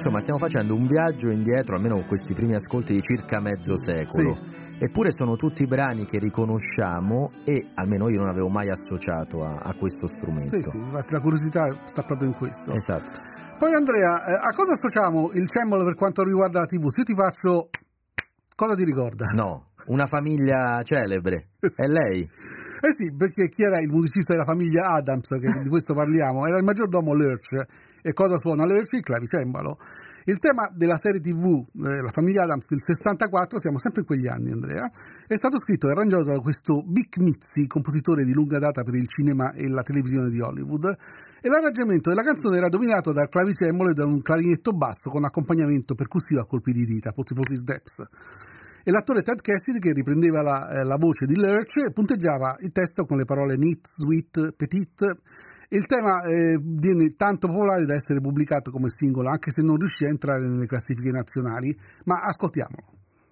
S2: insomma stiamo facendo un viaggio indietro, almeno con questi primi ascolti, di circa mezzo secolo. Sì. Eppure sono tutti brani che riconosciamo e almeno io non avevo mai associato a questo strumento.
S20: Sì, infatti la curiosità sta proprio in questo.
S2: Esatto.
S20: Poi Andrea, a cosa associamo il cembalo per quanto riguarda la TV? Se io ti faccio, cosa ti ricorda?
S2: No, una famiglia celebre. È lei?
S20: Eh sì, perché chi era il musicista della famiglia Adams, che di questo parliamo? Era il maggiordomo Lurch. E cosa suona Lurch? Il clavicembalo. Il tema della serie TV, la famiglia Adams del 64, siamo sempre in quegli anni, Andrea, è stato scritto e arrangiato da questo Vic Mizzi, compositore di lunga data per il cinema e la televisione di Hollywood, e l'arrangiamento della canzone era dominato dal clavicembalo e da un clarinetto basso con accompagnamento percussivo a colpi di dita, tifosi steps. E l'attore Ted Cassidy, che riprendeva la voce di Lurch, punteggiava il testo con le parole neat, sweet, petite. Il tema viene tanto popolare da essere pubblicato come singolo, anche se non riuscì a entrare nelle classifiche nazionali, ma ascoltiamolo.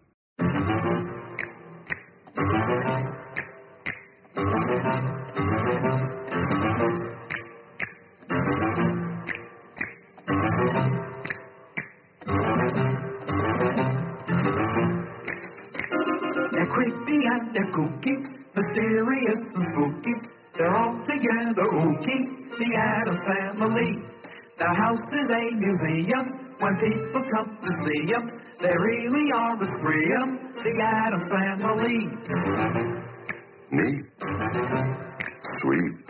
S11: They're creepy and they're kooky, mysterious and spooky. They're all together ooky, the Addams Family. Their house is a museum when people come to see them. They really are a scream, the Addams Family.
S21: Neat, sweet,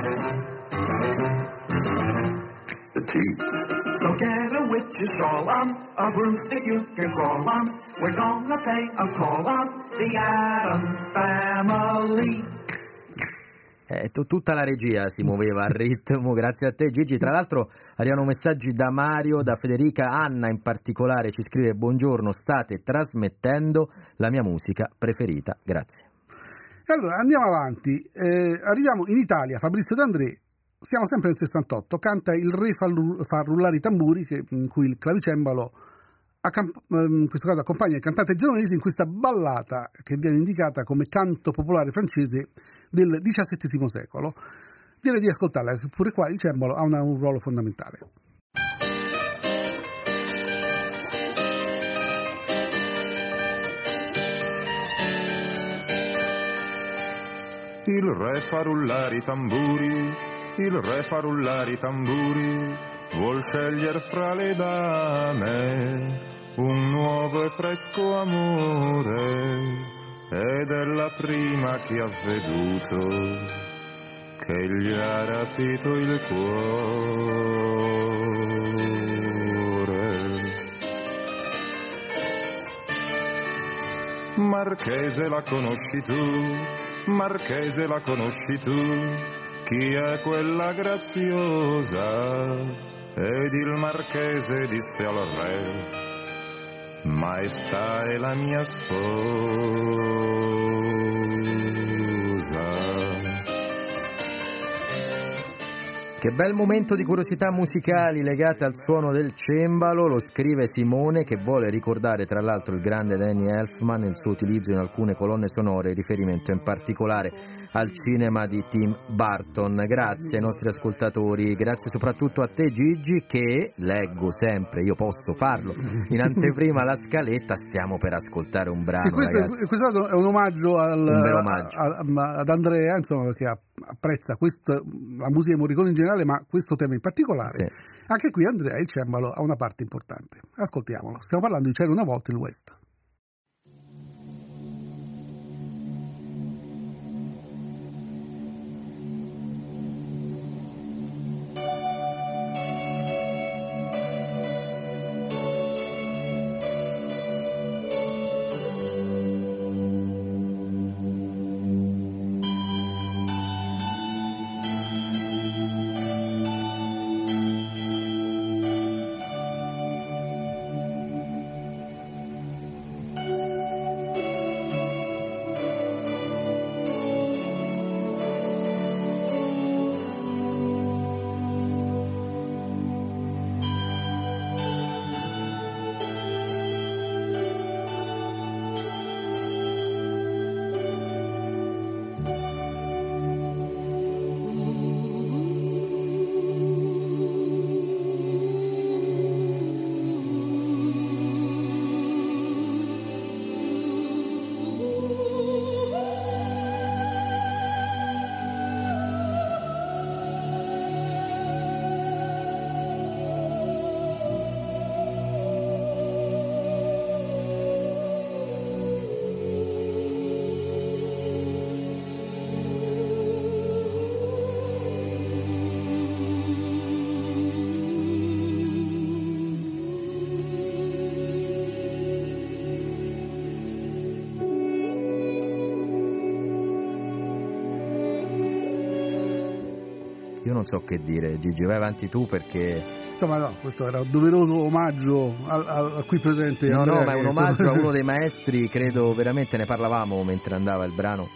S21: petite.
S11: So get a witch's shawl on, a broomstick you can crawl on. We're gonna pay a call on the Addams Family.
S2: Tutta la regia si muoveva al ritmo, grazie a te Gigi. Tra l'altro arrivano messaggi da Mario, da Federica, Anna in particolare ci scrive: buongiorno, state trasmettendo la mia musica preferita, grazie.
S20: E allora andiamo avanti, arriviamo in Italia. Fabrizio D'André, siamo sempre nel 68, canta Il re fa rullare i tamburi, in cui il clavicembalo in questo caso accompagna il cantante genovese in questa ballata che viene indicata come canto popolare francese del XVII secolo. Direi di ascoltarla, pure qua il cembalo ha un ruolo fondamentale.
S21: Il re fa rullare i tamburi, il re fa rullare i tamburi, vuol scegliere fra le dame un nuovo e fresco amore, ed è la prima che ha veduto che gli ha rapito il cuore. Marchese, la conosci tu? Marchese, la conosci tu? Chi è quella graziosa? Ed il marchese disse al re: Maestà è la mia sposa.
S2: Che bel momento di curiosità musicali legate al suono del cembalo, lo scrive Simone, che vuole ricordare tra l'altro il grande Danny Elfman e il suo utilizzo in alcune colonne sonore, riferimento in particolare al cinema di Tim Burton. Grazie ai nostri ascoltatori, grazie soprattutto a te Gigi, che leggo sempre, io posso farlo, in anteprima la scaletta, stiamo per ascoltare un brano.
S20: Sì, questo è un omaggio
S2: un vero omaggio
S20: ad Andrea, insomma, che apprezza la musica di Morricone in generale, ma questo tema in particolare. Sì. Anche qui Andrea, il cembalo ha una parte importante. Ascoltiamolo, stiamo parlando di C'era una volta il West.
S2: io non so che dire, Gigi, vai avanti tu perché...
S20: Insomma, no, questo era un doveroso omaggio a qui presente.
S2: No,
S20: Andrea,
S2: ma è un omaggio a uno dei maestri, credo veramente, ne parlavamo mentre andava il brano,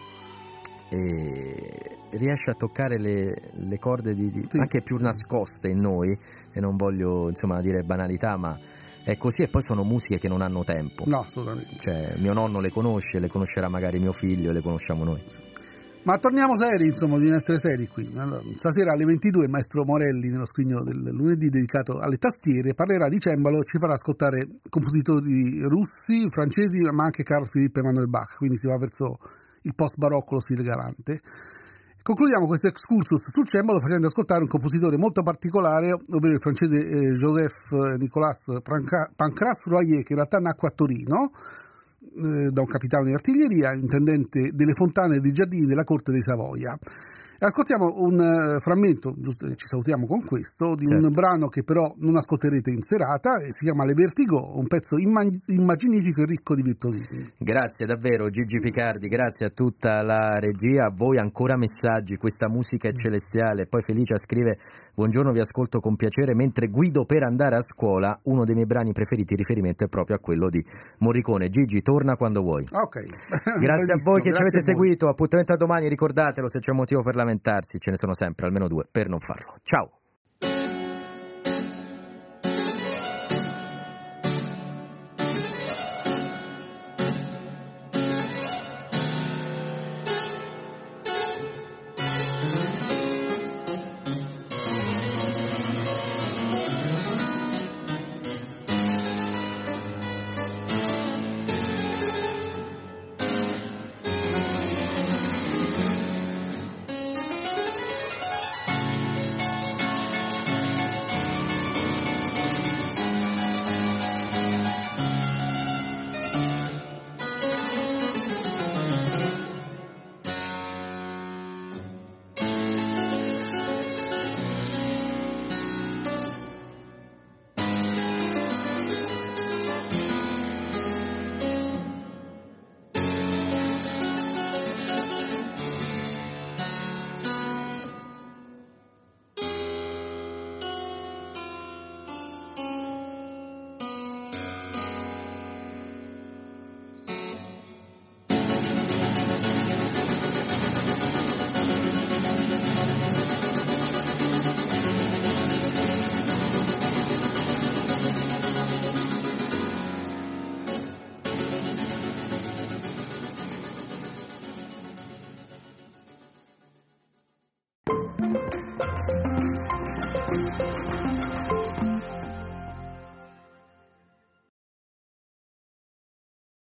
S2: e riesce a toccare le corde sì, anche più nascoste in noi, e non voglio insomma dire banalità, ma è così. E poi sono musiche che non hanno tempo.
S20: No, assolutamente.
S2: Cioè, mio nonno le conosce, le conoscerà magari mio figlio, le conosciamo noi.
S20: Ma torniamo seri, insomma, bisogna essere seri qui. Allora, stasera alle 22 il maestro Morelli, nello scrigno del lunedì dedicato alle tastiere, parlerà di cembalo e ci farà ascoltare compositori russi, francesi, ma anche Carl Philipp Emanuel Bach, quindi si va verso il post barocco, lo stile galante. Concludiamo questo excursus sul cembalo facendo ascoltare un compositore molto particolare, ovvero il francese Joseph Nicolas Pancras Royer, che in realtà nacque a Torino da un capitano di artiglieria, intendente delle fontane e dei giardini della corte dei Savoia. Ascoltiamo un frammento, ci salutiamo con questo, di un brano che però non ascolterete in serata, si chiama Le Vertigo, un pezzo immaginifico e ricco di virtuosismi.
S2: Grazie davvero Gigi Picardi, grazie a tutta la regia, a voi ancora messaggi, questa musica è celestiale. Poi Felicia scrive: buongiorno, vi ascolto con piacere mentre guido per andare a scuola, uno dei miei brani preferiti, riferimento è proprio a quello di Morricone. Gigi, torna quando vuoi.
S20: Ok.
S2: Grazie a voi che ci avete seguito, appuntamento a domani, ricordatelo, se c'è un motivo per lamentarsi ce ne sono sempre almeno due per non farlo. Ciao.